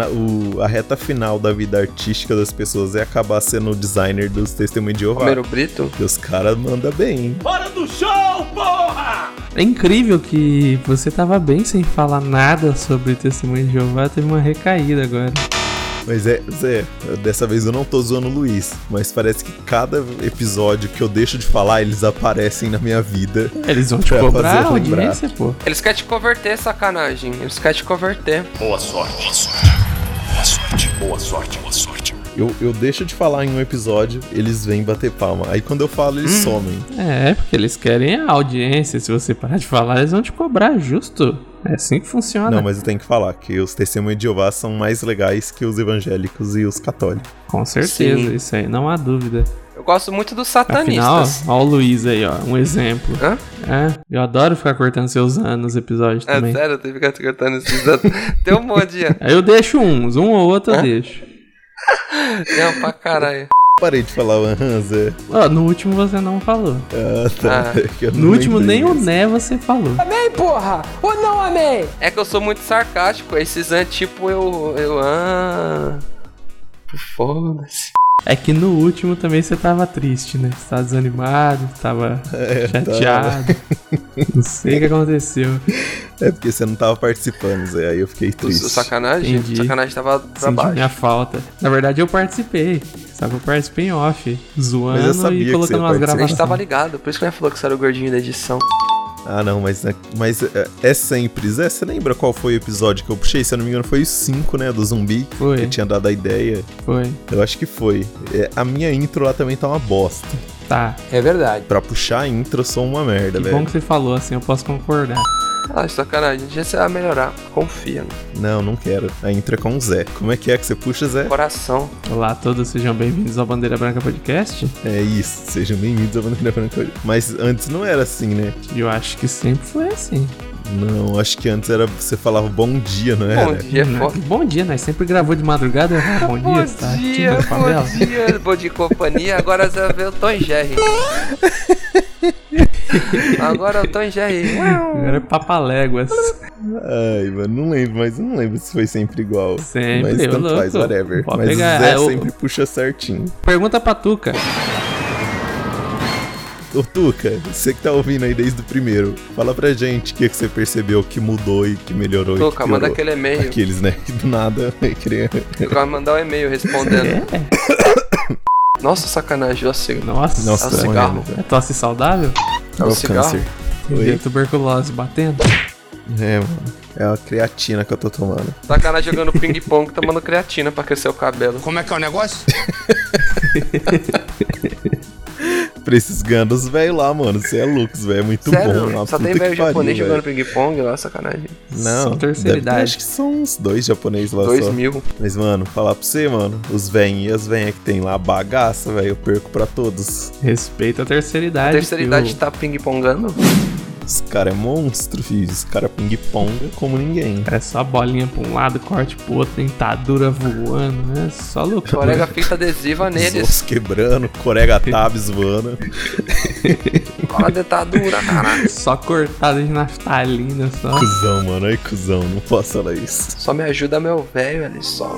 a reta final da vida artística das pessoas é acabar sendo o designer dos Testemunhos de Jeová. Romero Brito. E os caras mandam bem, hein? Hora do show, porra! É incrível que você tava bem sem falar nada sobre Testemunho de Jeová, teve uma recaída agora. Mas Zé, dessa vez eu não tô zoando o Luiz, mas parece que cada episódio que eu deixo de falar, eles aparecem na minha vida. Eles vão te cobrar a audiência, pô. Eles querem te converter, sacanagem. Eles querem te converter. Boa sorte. Boa sorte. Boa sorte. Boa sorte. Boa sorte. Eu deixo de falar em um episódio, eles vêm bater palma. Aí quando eu falo, eles somem. É, porque eles querem a audiência. Se você parar de falar, eles vão te cobrar, justo. É assim que funciona. Não, mas eu tenho que falar que os Testemunhos de Jeová são mais legais que os evangélicos e os católicos. Com certeza, sim. Isso aí, não há dúvida. Eu gosto muito dos satanistas. Afinal, ó o Luiz aí, ó, um exemplo. Hã? É, eu adoro ficar cortando seus anos nos episódios também. É sério, eu tenho que ficar cortando esses anos. Tem um monte de... Aí eu deixo um ou outro eu deixo. Não, pra caralho. Parei de falar o Zé. No último você não falou. Tá. No último nem o Né você falou. Amei, porra! Ou não amei? É que eu sou muito sarcástico. Esses tipo foda-se. É que no último também você tava triste, né? Você tava desanimado, tava chateado. Não sei o que aconteceu. É porque você não tava participando, Zé. Aí eu fiquei triste. Sacanagem? Entendi. Sacanagem tava pra Senti baixo. minha falta. Na verdade eu participei. Sabe, eu participei em off, zoando e colocando umas gravações. A gente tava ligado, por isso que a gente falou que você era o gordinho da edição. Ah, não, mas é sempre. Zé, você lembra qual foi o episódio que eu puxei? Se eu não me engano, foi o 5, né? Do zumbi. Foi. Que tinha dado a ideia. Foi. Eu acho que foi. A minha intro lá também tá uma bosta. Tá. É verdade. Pra puxar a intro, eu sou uma merda, velho. Que bom que você falou assim, eu posso concordar. Ah, sacanagem. A gente vai melhorar. Confia, né? Não quero. A intro é com o Zé. Como é que você puxa, Zé? Coração. Olá a todos, sejam bem-vindos ao Bandeira Branca Podcast. É isso, sejam bem-vindos ao Bandeira Branca Podcast. Mas antes não era assim, né? Eu acho que sempre foi assim. Não, acho que antes era você falava bom dia, não era? Bom dia, Bom dia, nós sempre gravou de madrugada. Bom dia, tá? Bom dia, bom dia companhia. Agora você vê o Tom Jerry. Agora eu tô em Jerry. Agora é Papaléguas. Ai, mano, não lembro se foi sempre igual. Sempre, mas tanto faz, whatever. Pode mas pegar, o Zé sempre puxa certinho. Pergunta pra Tuca. Ô Tuca, você que tá ouvindo aí desde o primeiro, fala pra gente o que você percebeu que mudou e que melhorou. Tuca, manda aquele e-mail. Aqueles, né, que do nada queria... Vai mandar um e-mail respondendo. Nossa, sacanagem, eu sigo. Nossa, é o cigarro. É tosse saudável? É o cigarro. Tem tuberculose batendo? É, mano. É a creatina que eu tô tomando. Sacanagem jogando ping-pong, tomando creatina pra crescer o cabelo. Como é que é o negócio? Pra esses gandos velho lá, mano. Você é louco, velho. É muito sério? bom. Só tem velho japonês jogando ping-pong lá, sacanagem. Não, só terceira idade. Acho que são uns 2 japoneses lá 2000. só. Mas, mano, falar pra você, mano. Os velhinhos e as velhas que tem lá, bagaça, velho. Eu perco pra todos. Respeita a terceira idade. A terceira idade tá ping-pongando? Esse cara é monstro, filho. Esse cara ping-ponga como ninguém. É só bolinha pra um lado, corte pro outro, dentadura voando, né? Só louco. Corega fita adesiva neles. Os quebrando, corega tabs voando. Cola dentadura, caralho. Só cortada de naftalina, só. Cusão, mano. Ai, cuzão. Não posso falar isso. Só me ajuda meu velho ali só.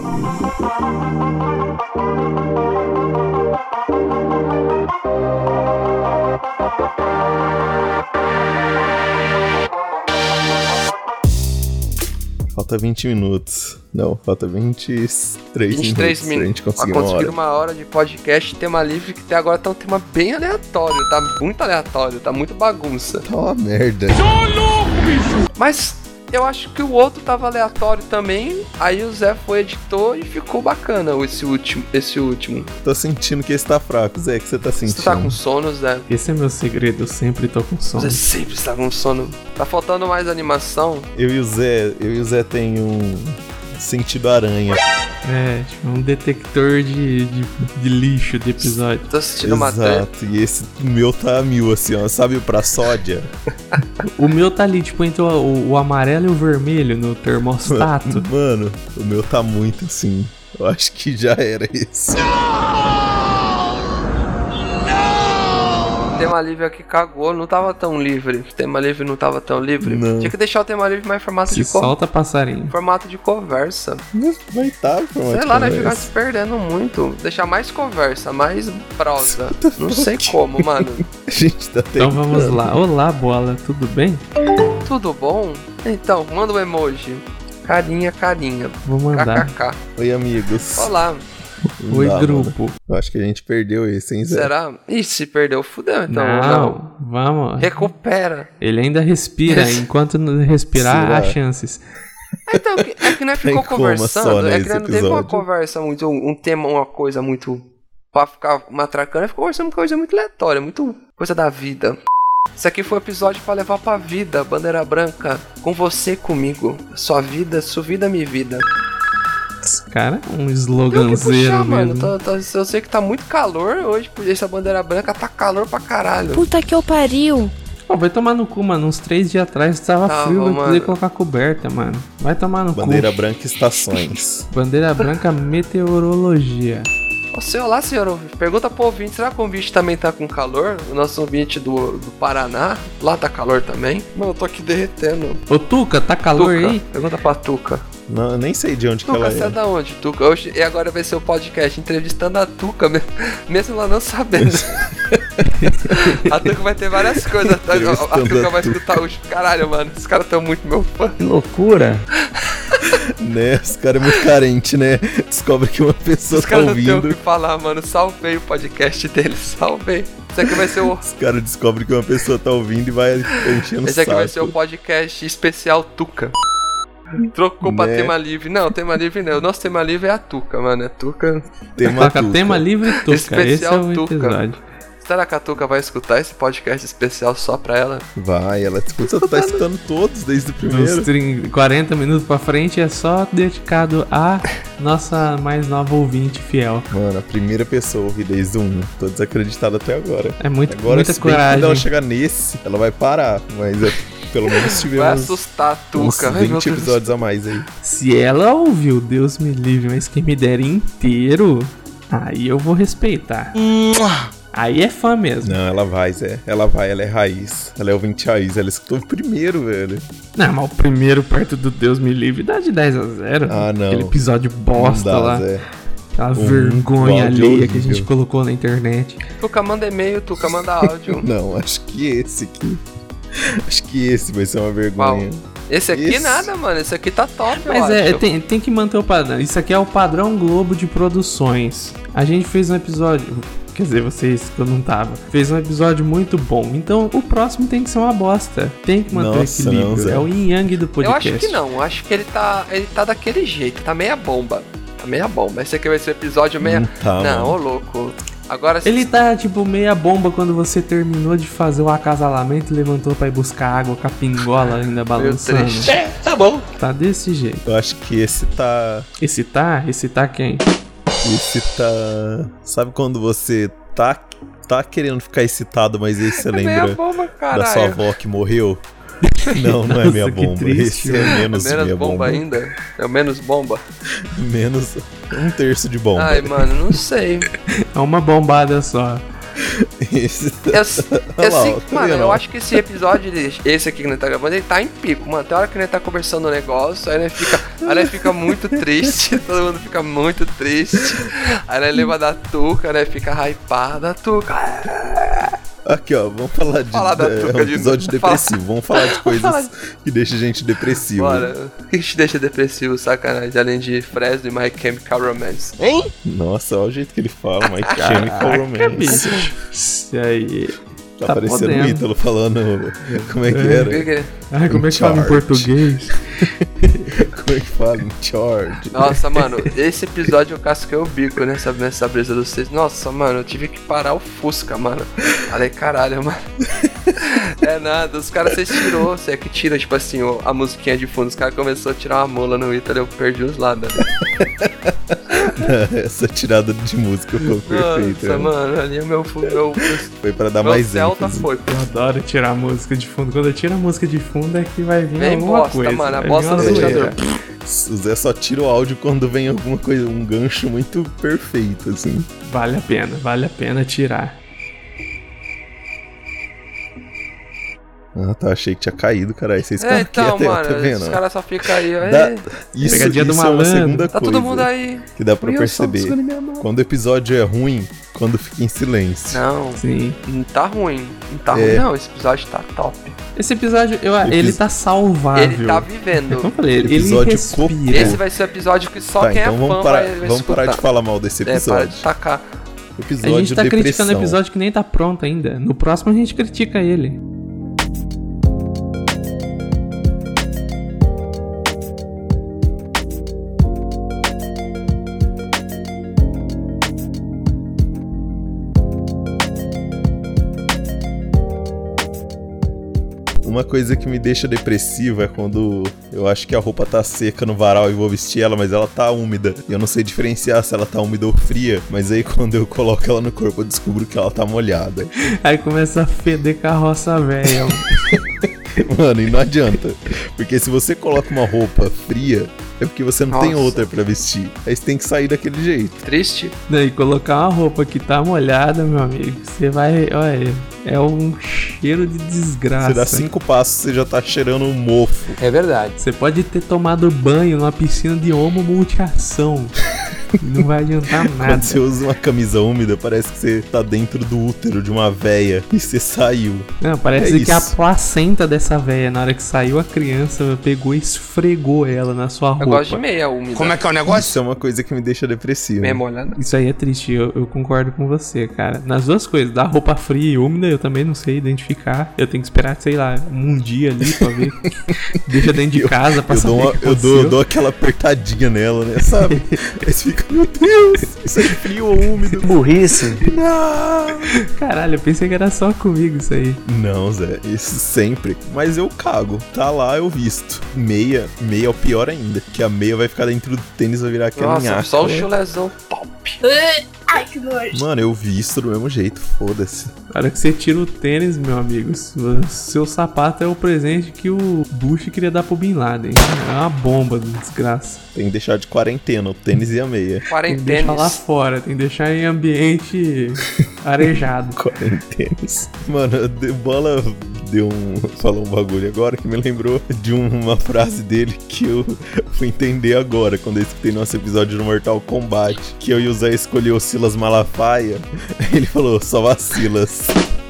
Falta 20 minutos. Não, falta 23 minutos pra gente conseguir pra conseguir uma hora de podcast, tema livre, que até agora tá um tema bem aleatório. Tá muito aleatório, tá muito bagunça. Tá uma merda. Tô louco, bicho! Mas eu acho que o outro tava aleatório também. Aí o Zé foi, editou e ficou bacana esse último. Tô sentindo que esse tá fraco, Zé. O que você tá sentindo? Você tá com sono, Zé? Esse é meu segredo, eu sempre tô com sono. Você sempre está com sono. Tá faltando mais animação? Eu e o Zé tem um sentido aranha. É, tipo um detector de lixo de episódio. Tô assistindo matéria. Exato, e esse meu tá a 1000, assim, ó. Sabe o pra sódia? O meu tá ali, tipo, entre o amarelo e o vermelho no termostato. Mano, o meu tá muito assim. Eu acho que já era esse. O tema livre aqui cagou, não tava tão livre. O tema livre não tava tão livre. Não. Tinha que deixar o tema livre mais em formato Se solta passarinho. Formato de conversa. Vai estar, sei lá, né? Ficar se perdendo muito. Deixar mais conversa, mais prosa. Não sei como, mano. A gente tá tentando. Então vamos lá. Olá, bola, tudo bem? Tudo bom? Então, manda um emoji. Carinha. Vou mandar. KKK. Oi, amigos. Olá. Oi, grupo. Mano. Eu acho que a gente perdeu esse, hein, Zé? Será? Ih, se perdeu, fudeu, então. Não, vamos. Recupera. Ele ainda respira. Enquanto respirar, há chances. Então, é que nós ficou conversando. É que nós não teve uma conversa muito, um tema, uma coisa muito... Pra ficar matracando, ficou conversando coisa muito aleatória, muito coisa da vida. Isso aqui foi um episódio pra levar pra vida, bandeira branca, com você comigo. Sua vida, minha vida. Cara, um sloganzeiro mesmo. Mano, eu sei que tá muito calor hoje, por essa bandeira branca tá calor pra caralho. Puta que eu pariu. Pô, vai tomar no cu, mano. Uns 3 dias atrás tava frio, vai poder colocar coberta, mano. Vai tomar no bandeira cu. Branca estações. Bandeira branca meteorologia. Olá, senhor ouvinte. Pergunta pro ouvinte, será que o ouvinte também tá com calor? O nosso ouvinte do Paraná, lá tá calor também? Mano, eu tô aqui derretendo. Ô, Tuca, tá calor Tuca, aí? Pergunta pra Tuca. Não, eu nem sei de onde Tuca, que ela é. Tuca, você é da onde, Tuca? Hoje, e agora vai ser o podcast entrevistando a Tuca, mesmo ela não sabendo. A Tuca vai ter várias coisas. A Tuca vai escutar hoje. Caralho, mano, esses caras tão muito meu fã. Que loucura. Né, os caras é muito carente, né? Descobre que uma pessoa tá ouvindo. Os caras não tem o que falar, mano. Salvei o podcast dele, salvei. Isso aqui vai ser o... Os caras descobrem que uma pessoa tá ouvindo e vai enchendo o saco. Esse aqui vai ser o podcast especial Tuca. Trocou pra tema livre. Não, tema livre não. O nosso tema livre é a Tuca, mano. É Tuca. Tema livre Tuca. Especial esse é o Tuca. Episódio. Será que a Tuca vai escutar esse podcast especial só pra ela? Vai, ela escuta, tá escutando todos desde o primeiro. Uns 40 minutos pra frente é só dedicado a nossa mais nova ouvinte fiel. Mano, a primeira pessoa a ouvir desde o 1. Tô desacreditado até agora. É muito, agora, muita coragem. Quando ela chegar nesse, ela vai parar. Mas pelo menos tivemos vai assustar a Tuca. uns 20 episódios a mais aí. Se ela ouviu, Deus me livre, mas quem me der inteiro, aí eu vou respeitar. Aí é fã mesmo. Não, ela vai, Zé. Ela é raiz. Ela é ouvinte raiz. Ela escutou o primeiro, velho. Não, mas o primeiro perto do Deus me livre dá de 10-0. Ah, não. Aquele episódio bosta não dá, lá. Zé. Aquela vergonha alheia que a gente colocou na internet. Tuca, manda e-mail, Tuca, manda áudio. Não, acho que esse aqui. Acho que esse vai ser uma vergonha. Uau. Esse aqui nada, mano. Esse aqui tá top, mas tem que manter o padrão. Isso aqui é o padrão Globo de produções. A gente fez um episódio... Quer dizer, vocês que eu não tava. Fez um episódio muito bom. Então, o próximo tem que ser uma bosta. Tem que manter o equilíbrio. Não, é o yin yang do podcast. Eu acho que não. Eu acho que ele tá daquele jeito. Tá meia bomba. Tá meia bomba. Esse aqui vai ser o episódio meia... Não, ô louco. Agora... Ele tá, tipo, meia bomba quando você terminou de fazer o acasalamento e levantou pra ir buscar água com a pingola ainda balançando. Tá bom. Tá desse jeito. Eu acho que esse tá... Esse tá quem? Esse tá... Sabe quando você tá querendo ficar excitado, mas aí você lembra bomba, da sua avó que morreu? Não, não é minha bomba. Triste, esse é menos minha bomba ainda? É o menos bomba? Menos 1/3 de bomba. Ai, mano, não sei. É uma bombada só. Eu acho que esse episódio, esse aqui que nós tá gravando, ele tá em pico, mano. Tem hora que nós tá conversando um negócio, aí nós fica muito triste, todo mundo fica muito triste. Aí nós lembra da Tuca, né? Fica hypada, Tuca. Aqui, ó, vamos falar de... é um episódio depressivo. Vamos falar de coisas que deixam a gente depressivo. Bora. O que te deixa depressivo, sacanagem? Além de Fresno e My Chemical Romance. Hein? Nossa, olha o jeito que ele fala, My Chemical Romance. Isso aí. Tá parecendo o Ítalo falando... Como é que era? Ai, como é que fala em português? Como é que fala? In charge. Nossa, mano, esse episódio eu casquei o bico nessa brisa dos seis. Nossa, mano, eu tive que parar o Fusca, mano. Falei, caralho, mano. É nada, os caras, vocês tirou, você é que tira, tipo assim, a musiquinha de fundo. Os caras começaram a tirar uma mula no Ítalo, eu perdi os lados. Essa tirada de música foi perfeita. Nossa, mano, ali é meu foi pra dar mais ênfase. Foi. Eu adoro tirar a música de fundo. Quando eu tiro a música de fundo é que vai vir vem alguma bosta, coisa. Mano, a bosta do ventilador. O Zé só tira o áudio quando vem alguma coisa, um gancho muito perfeito, assim. Vale a pena tirar. Ah, tá, achei que tinha caído, caralho. Vocês ficaram então, aqui até, mano, tá vendo? Os caras só ficam aí, ó. Isso do é uma malandro. segunda Tá coisa todo mundo aí. que dá pra perceber. Quando o episódio é ruim, quando fica em silêncio. Não, sim. Não tá ruim. Não tá ruim, não. Esse episódio tá top. Esse episódio, ele tá salvável. Ele tá vivendo. Como eu falei, ele respira. Esse vai ser o episódio que só quem então é fã vai vamos parar de falar mal desse episódio. Para de tacar. Episódio a gente tá depressão. criticando o episódio que nem tá pronto ainda. No próximo a gente critica ele. Uma coisa que me deixa depressiva é quando eu acho que a roupa tá seca no varal e vou vestir ela, mas ela tá úmida. E eu não sei diferenciar se ela tá úmida ou fria, mas aí quando eu coloco ela no corpo eu descubro que ela tá molhada. Aí começa a feder carroça velha. Mano, e não adianta. Porque se você coloca uma roupa fria, é porque você não tem outra pra vestir. Aí você tem que sair daquele jeito. Triste. E colocar uma roupa que tá molhada, meu amigo, você vai... Olha, é um cheiro de desgraça. Você dá 5 passos, você já tá cheirando um mofo. É verdade. Você pode ter tomado banho numa piscina de homo multiação. Não vai adiantar nada. Quando você usa uma camisa úmida, parece que você tá dentro do útero de uma véia e você saiu. Não, parece que a placenta dessa véia, na hora que saiu a criança, pegou e esfregou ela na sua roupa. Eu gosto de meia úmida. Como é que é o negócio? Isso é uma coisa que me deixa depressivo. Meia molhada. Isso aí é triste, eu concordo com você, cara. Nas duas coisas, da roupa fria e úmida, eu também não sei identificar. Eu tenho que esperar, sei lá, um dia ali pra ver. Deixa dentro de casa pra saber eu dou aquela apertadinha nela, né, sabe? Aí você fica, meu Deus, isso é frio ou úmido? Burrice. Não. Caralho, eu pensei que era só comigo isso aí. Não, Zé, isso sempre. Mas eu cago. Tá lá, eu visto. Meia é o pior ainda. Que a meia vai ficar dentro do tênis, vai virar aquela minhaca. Nossa, só o chulezão top. Ai, que nojo. Mano, eu visto do mesmo jeito, foda-se. Na hora que você tira o tênis, meu amigo, seu sapato é o presente que o Bush queria dar pro Bin Laden. É uma bomba de desgraça. Tem que deixar de quarentena, o tênis e a meia. Tem que deixar lá fora, tem que deixar em ambiente arejado. Quarentenas. Mano, o Bola falou um bagulho agora que me lembrou de uma frase dele que eu fui entender agora, quando eu escutei nosso episódio do Mortal Kombat, que eu e o Zé escolheu o Silas Malafaia. Ele falou, só vacilas.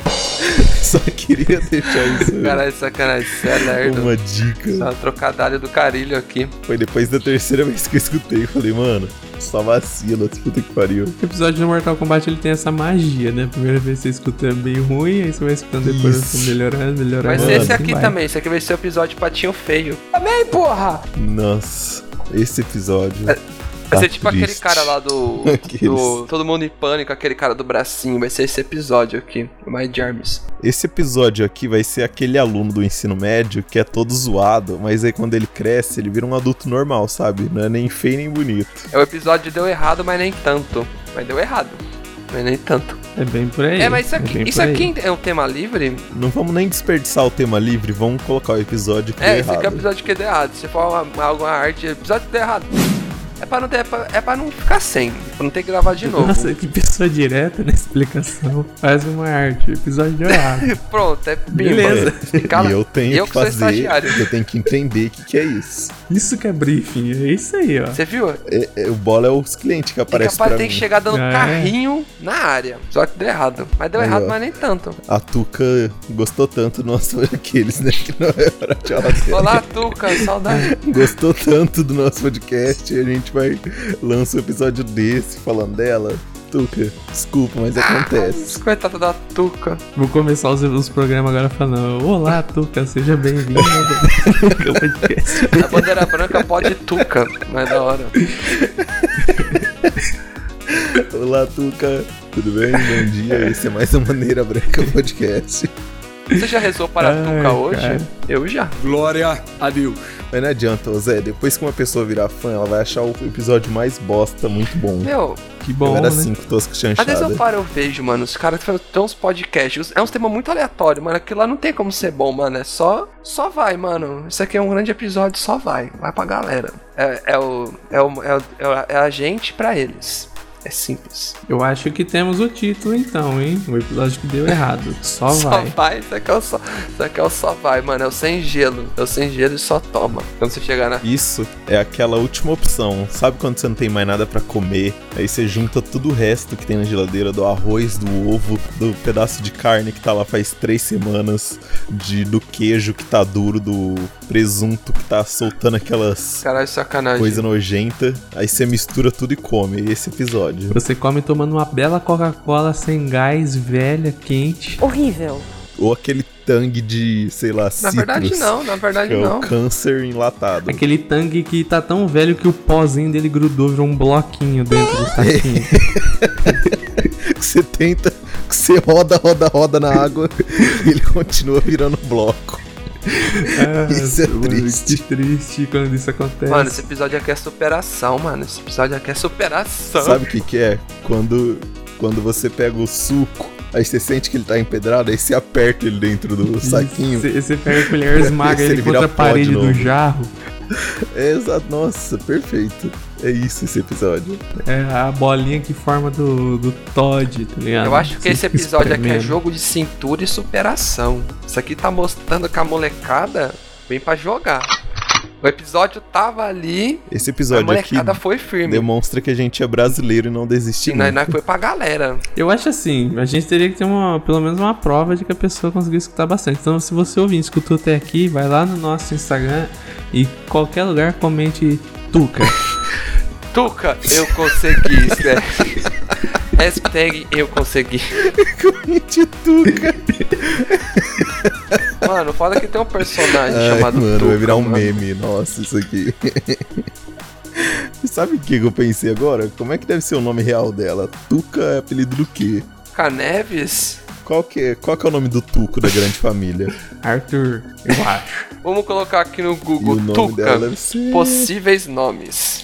Só queria deixar isso. Caralho, sacanagem, isso é lerdo. Uma dica. Só uma trocadilha do carilho aqui. Foi depois da terceira vez que eu escutei. Eu falei, mano, só vacila, puta que pariu. O episódio do Mortal Kombat, ele tem essa magia, né? Primeira vez você escuta bem ruim, aí você vai escutando depois, você melhorando. Mas esse aqui também, esse aqui vai ser o episódio patinho feio. Também, porra! Nossa, esse episódio... Vai ser tipo aquele cara lá do Todo Mundo em Pânico, aquele cara do bracinho. Vai ser esse episódio aqui, o My Jarvis. Esse episódio aqui vai ser aquele aluno do ensino médio que é todo zoado, mas aí quando ele cresce, ele vira um adulto normal, sabe? Não é nem feio nem bonito. É o episódio deu errado, mas nem tanto. Mas deu errado, mas nem tanto. É bem por aí. Mas isso aqui é um tema livre? Não vamos nem desperdiçar o tema livre, vamos colocar o episódio que deu errado. Esse aqui é o episódio que deu errado. Se for alguma arte, episódio que deu errado. É pra não ficar sem, pra não ter que gravar de novo. Nossa, que pessoa direta na explicação. Faz uma arte, episódio errado. Pronto, é beleza. E eu tenho que sou fazer, estagiário. eu tenho que entender o que é isso. Isso que é briefing, é isso aí, ó. Você viu? O bola é os clientes que aparecem pra mim. Tem que chegar dando carrinho na área. Só que deu errado. Mas deu errado, mas nem tanto. A Tuca gostou tanto do nosso aqueles, né? Que não é pra falar dela. Olá, Tuca, saudade. Gostou tanto do nosso podcast e a gente vai lançar um episódio desse falando dela. Tuca, desculpa, mas acontece. Coitada da Tuca. Vou começar os programas agora falando: olá, Tuca, seja bem-vindo ao podcast. A bandeira branca pode Tuca, mas da hora. Olá, Tuca, tudo bem? Bom dia, esse é mais uma Bandeira Branca Podcast. Você já rezou para a Tuca hoje? Cara. Eu já. Glória a Deus. Mas não adianta, ô Zé, depois que uma pessoa virar fã, ela vai achar o episódio mais bosta muito bom. Meu, que bom, eu era né? 5 toscas chanchadas. Às vezes eu paro, eu vejo, mano, os caras tem uns podcasts, é uns temas muito aleatórios, mano, aquilo lá não tem como ser bom, mano, é só vai, mano, isso aqui é um grande episódio, só vai pra galera. É a gente pra eles. É simples. Eu acho que temos o título então, hein? O episódio que deu errado. Só vai. Só vai, isso aqui é o só vai, mano. É o sem gelo. É o sem gelo e só toma. Quando você chegar na. Isso é aquela última opção. Sabe quando você não tem mais nada pra comer? Aí você junta tudo o resto que tem na geladeira: do arroz, do ovo, do pedaço de carne que tá lá faz 3 semanas, do queijo que tá duro, do presunto que tá soltando aquelas. Caralho, sacanagem. Coisa nojenta. Aí você mistura tudo e come. Esse episódio. Você come tomando uma bela Coca-Cola sem gás, velha, quente. Horrível. Ou aquele tangue de, sei lá, citrus. Na verdade que não. É o câncer enlatado. Aquele tangue que tá tão velho que o pozinho dele grudou, virou um bloquinho dentro do saquinho. Que você tenta, que você roda na água e ele continua virando bloco. Isso é triste. Que triste quando isso acontece. Mano, esse episódio aqui é superação, mano. Esse episódio aqui é superação. Sabe o que é? Quando você pega o suco, aí você sente que ele tá empedrado, aí você aperta ele dentro do saquinho. Você pega a colher, esmaga ele contra a parede do jarro. É, exato, nossa, perfeito. É isso esse episódio. É a bolinha que forma do Todd, tá ligado? Eu acho que esse episódio aqui é espremendo. jogo de cintura e superação. Isso aqui tá mostrando que a molecada vem pra jogar. O episódio tava ali, esse episódio a molecada aqui foi firme. demonstra que a gente é brasileiro e não desiste. Sim, nós foi pra galera. Eu acho assim, a gente teria que ter pelo menos uma prova de que a pessoa conseguiu escutar bastante. Então, se você ouvir, escutou até aqui, vai lá no nosso Instagram e qualquer lugar comente Tuca. Tuca, eu consegui, sério. Hashtag eu consegui. Comente Tuca. Mano, foda que tem um personagem chamado mano, Tuca. Vai virar um meme, nossa, isso aqui. E sabe o que eu pensei agora? Como é que deve ser o nome real dela? Tuca é apelido do quê? Caneves? Qual que é o nome do Tuco da grande família? Arthur, eu acho. Vamos colocar aqui no E o Google nome Tuca, dela deve ser... possíveis nomes.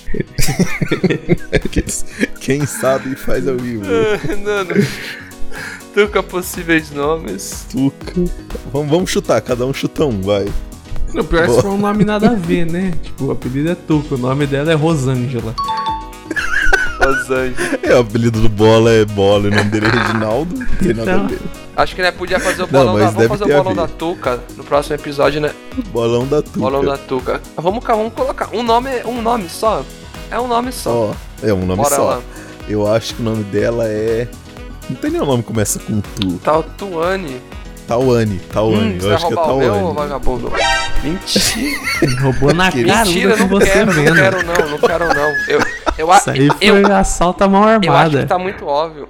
Quem sabe faz ao vivo. Não. Tuca, possíveis nomes. Tuca. Vamos chutar, cada um chuta um, vai. No pior se for um nome nada a ver, né? Tipo, o apelido é Tuca, o nome dela é Rosângela. Rosângela. O apelido do Bola é Bola, o nome dele é Reginaldo. Não tem nada a ver. Acho que né, podia fazer o bolão mas Vamos fazer o bolão a ver. da Tuca no próximo episódio, né? Bolão da Tuca. Bolão da Tuca. Vamos colocar um nome só. É um nome só. Ó, é um nome Bora só. lá. Eu acho que o nome dela é... Não tem nenhum nome que começa com Tu. Tauane. Tawane. Eu acho que é roubar o meu, Tawane. vagabundo? Mentira. Roubou na cara Mentira, que não você quero, vendo. não quero não. Isso aí foi assalto à mão armada. Eu acho que tá muito óbvio.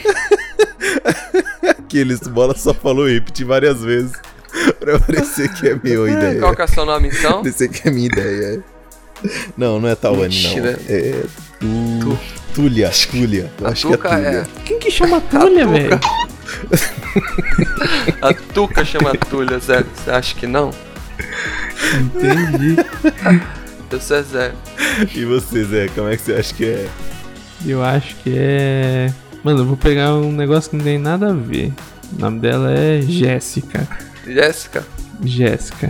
Aqueles Bola só falou repetir várias vezes pra parecer que é meu ideia. Qual que é o seu nome então? Parecer que é minha ideia. Não é Tawane, Mentira. não. É Túlia. Eu acho que é Túlia. Quem que chama Túlia, velho? A Tuca chama Túlia, Zé. Você acha que não? Entendi. Eu sou Zé. E você, Zé, como é que você acha que é? Eu acho que é... Mano, eu vou pegar um negócio que não tem nada a ver. O nome dela é Jéssica. Jéssica.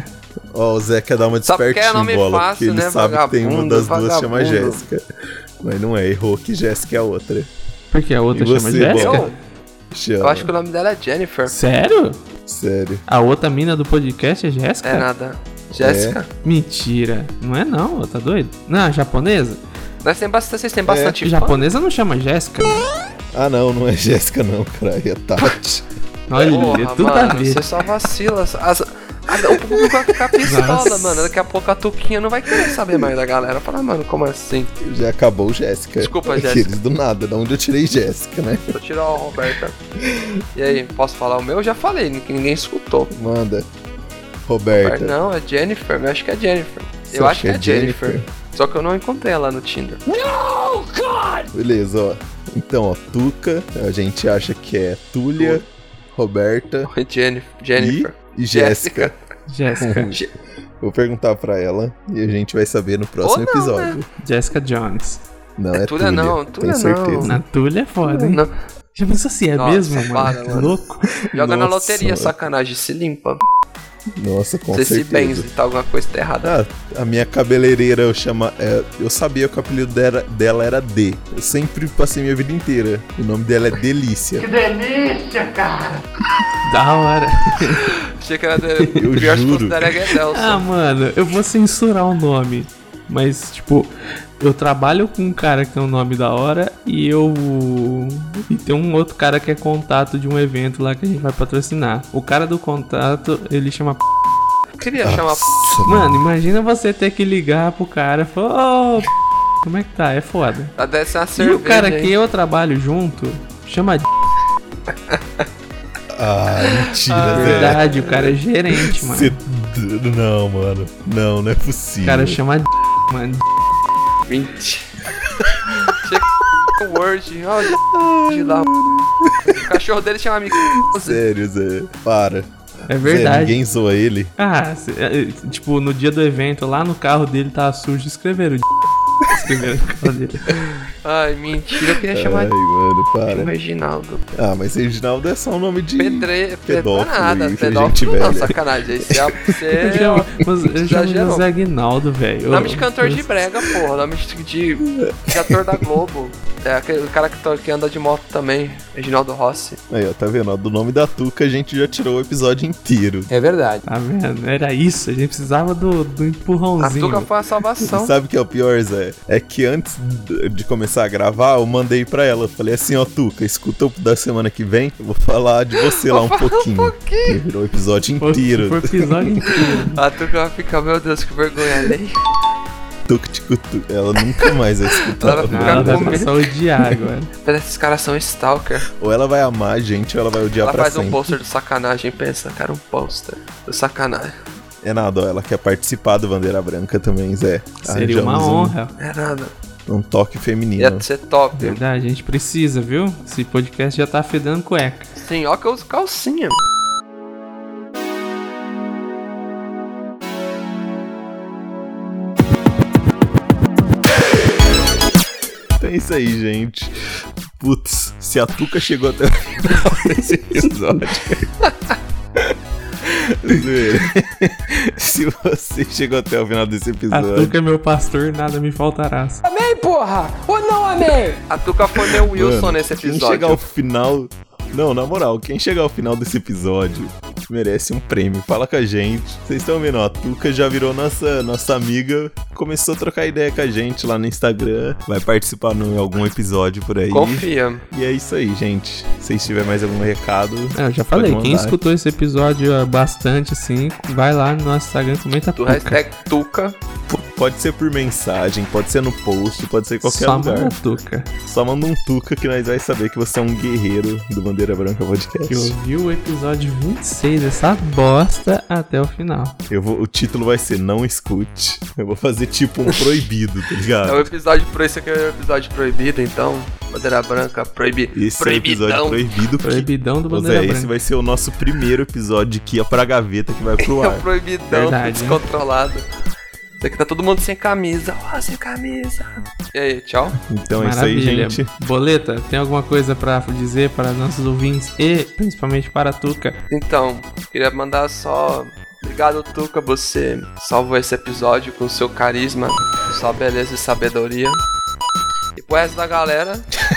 Ó, o Zé quer dar uma Só porque é despertinha nome em bola, fácil, porque ele né, sabe que tem uma vagabundo, das duas chama vagabundo. Jéssica. Mas não é, errou que Jéssica é a outra. Por que a outra E chama você, Jéssica? Bola? Eu acho que o nome dela é Jennifer. Sério? Sério. A outra mina do podcast é Jéssica? É nada. Jéssica? Mentira. Não é não, tá doido? Não, a japonesa? Vocês têm bastante fã? Japonesa não chama Jéssica. Ah, não é Jéssica não, caralho. É Tati. Olha, Porra, tudo a mano, ver. você só vacila. O público vai ficar pistola, Nossa. mano. Daqui a pouco a Tuquinha não vai querer saber mais da galera. Fala, mano, como assim? Já acabou Jéssica. Desculpa, Aqueles Jéssica. do nada, da onde eu tirei Jéssica, né? Vou tirar o Roberta. E aí, posso falar o meu? Eu já falei, que ninguém escutou. Manda. Roberta. Não, é Jennifer. Eu acho que é Jennifer. Eu acho que é Jennifer. Só que eu não encontrei ela no Tinder. No, God! Beleza, ó. Então, ó, Tuca, a gente acha que é Túlia, Roberta Jennifer. e Jéssica. Jéssica. Vou perguntar pra ela e a gente vai saber no próximo Ou não, episódio. né? Jessica Jones. Não, é Túlia Túlia, não, tenho Túlia certeza. Na Túlia é foda, hein? Não. Já pensou se é Nossa, mesmo, mano? para, mano. Louco. Joga na Nossa, loteria, mano. sacanagem, se limpa. Nossa, com Você se certeza. benze, tá alguma coisa tá errada. Ah, a minha cabeleireira eu sabia que o apelido dela era D. Eu sempre passei minha vida inteira. O nome dela é Delícia. Que delícia, cara! Da hora. Achei que era Eu pior se fosse juro. da Areguedelson. Ah, mano, eu vou censurar o nome. Mas, tipo, eu trabalho com um cara que tem um nome da hora e tem um outro cara que é contato de um evento lá que a gente vai patrocinar. O cara do contato, ele chama... Queria chamar... Mano, imagina você ter que ligar pro cara e falar, ô, como é que tá? É foda. Deve ser uma E cerveja, o cara hein? que eu trabalho junto chama... Ah, mentira, Zé. Verdade, o cara é gerente, mano. Não, mano. Não é possível. O cara chama... Mano, 20. Chega o Word. Olha de lá. O cachorro dele chama amigo. Sério, Zé. Para. é verdade. Zé, ninguém zoa ele. Ah, tipo, no dia do evento, lá no carro dele tava sujo, escreveram escreveram no carro dele. Ai, mentira, eu queria chamar Ai, mano, de para. Reginaldo. Ah, mas Reginaldo é só um nome de pedófilo nada, e gente pedófilo não, velha. sacanagem. Aí Eu chamo exagerou. José Aguinaldo, velho. Nome de cantor de brega, porra. Nome de ator da Globo. É aquele cara que anda de moto também. Reginaldo Rossi. Aí, ó, tá vendo? Ó, do nome da Tuca a gente já tirou o episódio inteiro. É verdade. Tá vendo? Era isso, a gente precisava do A empurrãozinho. Tuca foi a salvação. E sabe o que é o pior, Zé? É que antes de começar a gravar, eu mandei pra ela. Eu falei assim, ó, Tuca, escuta o da semana que vem. Eu vou falar de você lá um pouquinho. E virou o episódio inteiro. Foi o episódio inteiro. A Tuca vai ficar, meu Deus, que vergonha alheia. Ela nunca mais vai escutar. Ela vai ficar Ela vai com passar a odiar agora. Parece que esses caras são stalker. Ou ela vai amar a gente, ou ela vai odiar Ela pra faz sempre. um pôster do sacanagem, pensa, cara, um pôster do sacanagem. É nada, ó, ela quer participar do Bandeira Branca também, Zé. Seria uma Arranjamos honra. É nada. Um toque feminino. Ia ser top. Verdade, a gente precisa, viu? Esse podcast já tá fedendo cueca. Sim, ó que eu uso calcinha. Então é isso aí, gente. Putz, se a Tuca chegou até o final desse episódio. Se você chegou até o final desse A episódio. Tuca é meu pastor, nada me faltará. Amei, porra! Ou não amei? A Tuca foi meu Wilson Mano, nesse quem episódio. chegar ao final. Não, na moral, quem chegar ao final desse episódio merece um prêmio. Fala com a gente. Vocês estão vendo, ó, a Tuca já virou nossa amiga. Começou a trocar ideia com a gente lá no Instagram. Vai participar em algum episódio por aí. Confia. E é isso aí, gente. Se tiver mais algum recado. Eu já falei, pode quem mandar. escutou esse episódio bastante, assim, vai lá no nosso Instagram e comenta Do Tuca. hashtag Tuca. Pode ser por mensagem, pode ser no post, pode ser em qualquer Só lugar. manda Tuca. Só manda um Tuca que nós vai saber que você é um guerreiro do Bandeira Branca Podcast. Que ouviu o episódio 26 dessa bosta até o final. O título vai ser Não Escute. Eu vou fazer tipo um proibido, tá É o ligado? episódio esse aqui é o episódio proibido, então. Bandeira Branca, Esse é o episódio proibido. Proibidão do Ô, Bandeira Zé, Branca. esse vai ser o nosso primeiro episódio que ia pra gaveta, que vai pro É ar. o proibidão, Verdade, descontrolado. Isso aqui tá todo mundo sem camisa. Ó, sem camisa. E aí, tchau. Então é isso Maravilha. aí, gente. Boleta, tem alguma coisa pra dizer para nossos ouvintes e principalmente para a Tuca? Então, queria mandar só... Obrigado Obrigado, Tuca. Você salvou esse episódio com seu carisma, sua beleza e sabedoria. E pro resto da galera...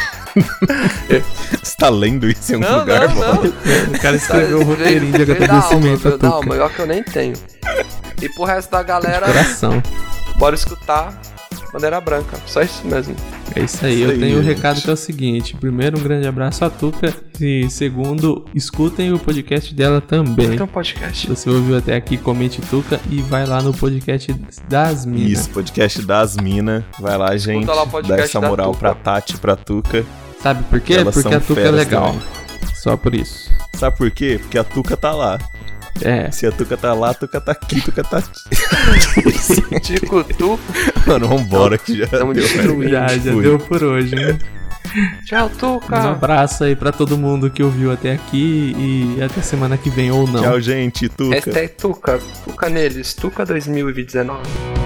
Você tá lendo isso em algum lugar, mano? O cara escreveu o roteirinho de agradecimento a Tuca. Não, melhor que eu nem tenho. E pro resto da galera... Coração. Bora escutar Bandeira Branca. Só isso mesmo. É isso aí. Eu tenho um recado que é o seguinte. Primeiro, um grande abraço a Tuca. E segundo, escutem o podcast dela também. Tem um podcast. Se você ouviu até aqui, comente Tuca e vai lá no podcast das Minas. Isso, podcast das Minas. Vai lá, gente. Lá o dá essa moral pra Tati, pra Tuca. Sabe por quê? Porque a Tuca é legal. Também. Só por isso. Sabe por quê? Porque a Tuca tá lá. É. Se a Tuca tá lá, a Tuca tá aqui, Tuca tá aqui. Tico, tu. Mano, vambora que já deu. Já deu por hoje, hein? Tchau, Tuca. Um abraço aí pra todo mundo que ouviu até aqui e até semana que vem ou não. Tchau, gente. Tuca. Hashtag Tuca. Tuca neles. Tuca 2019.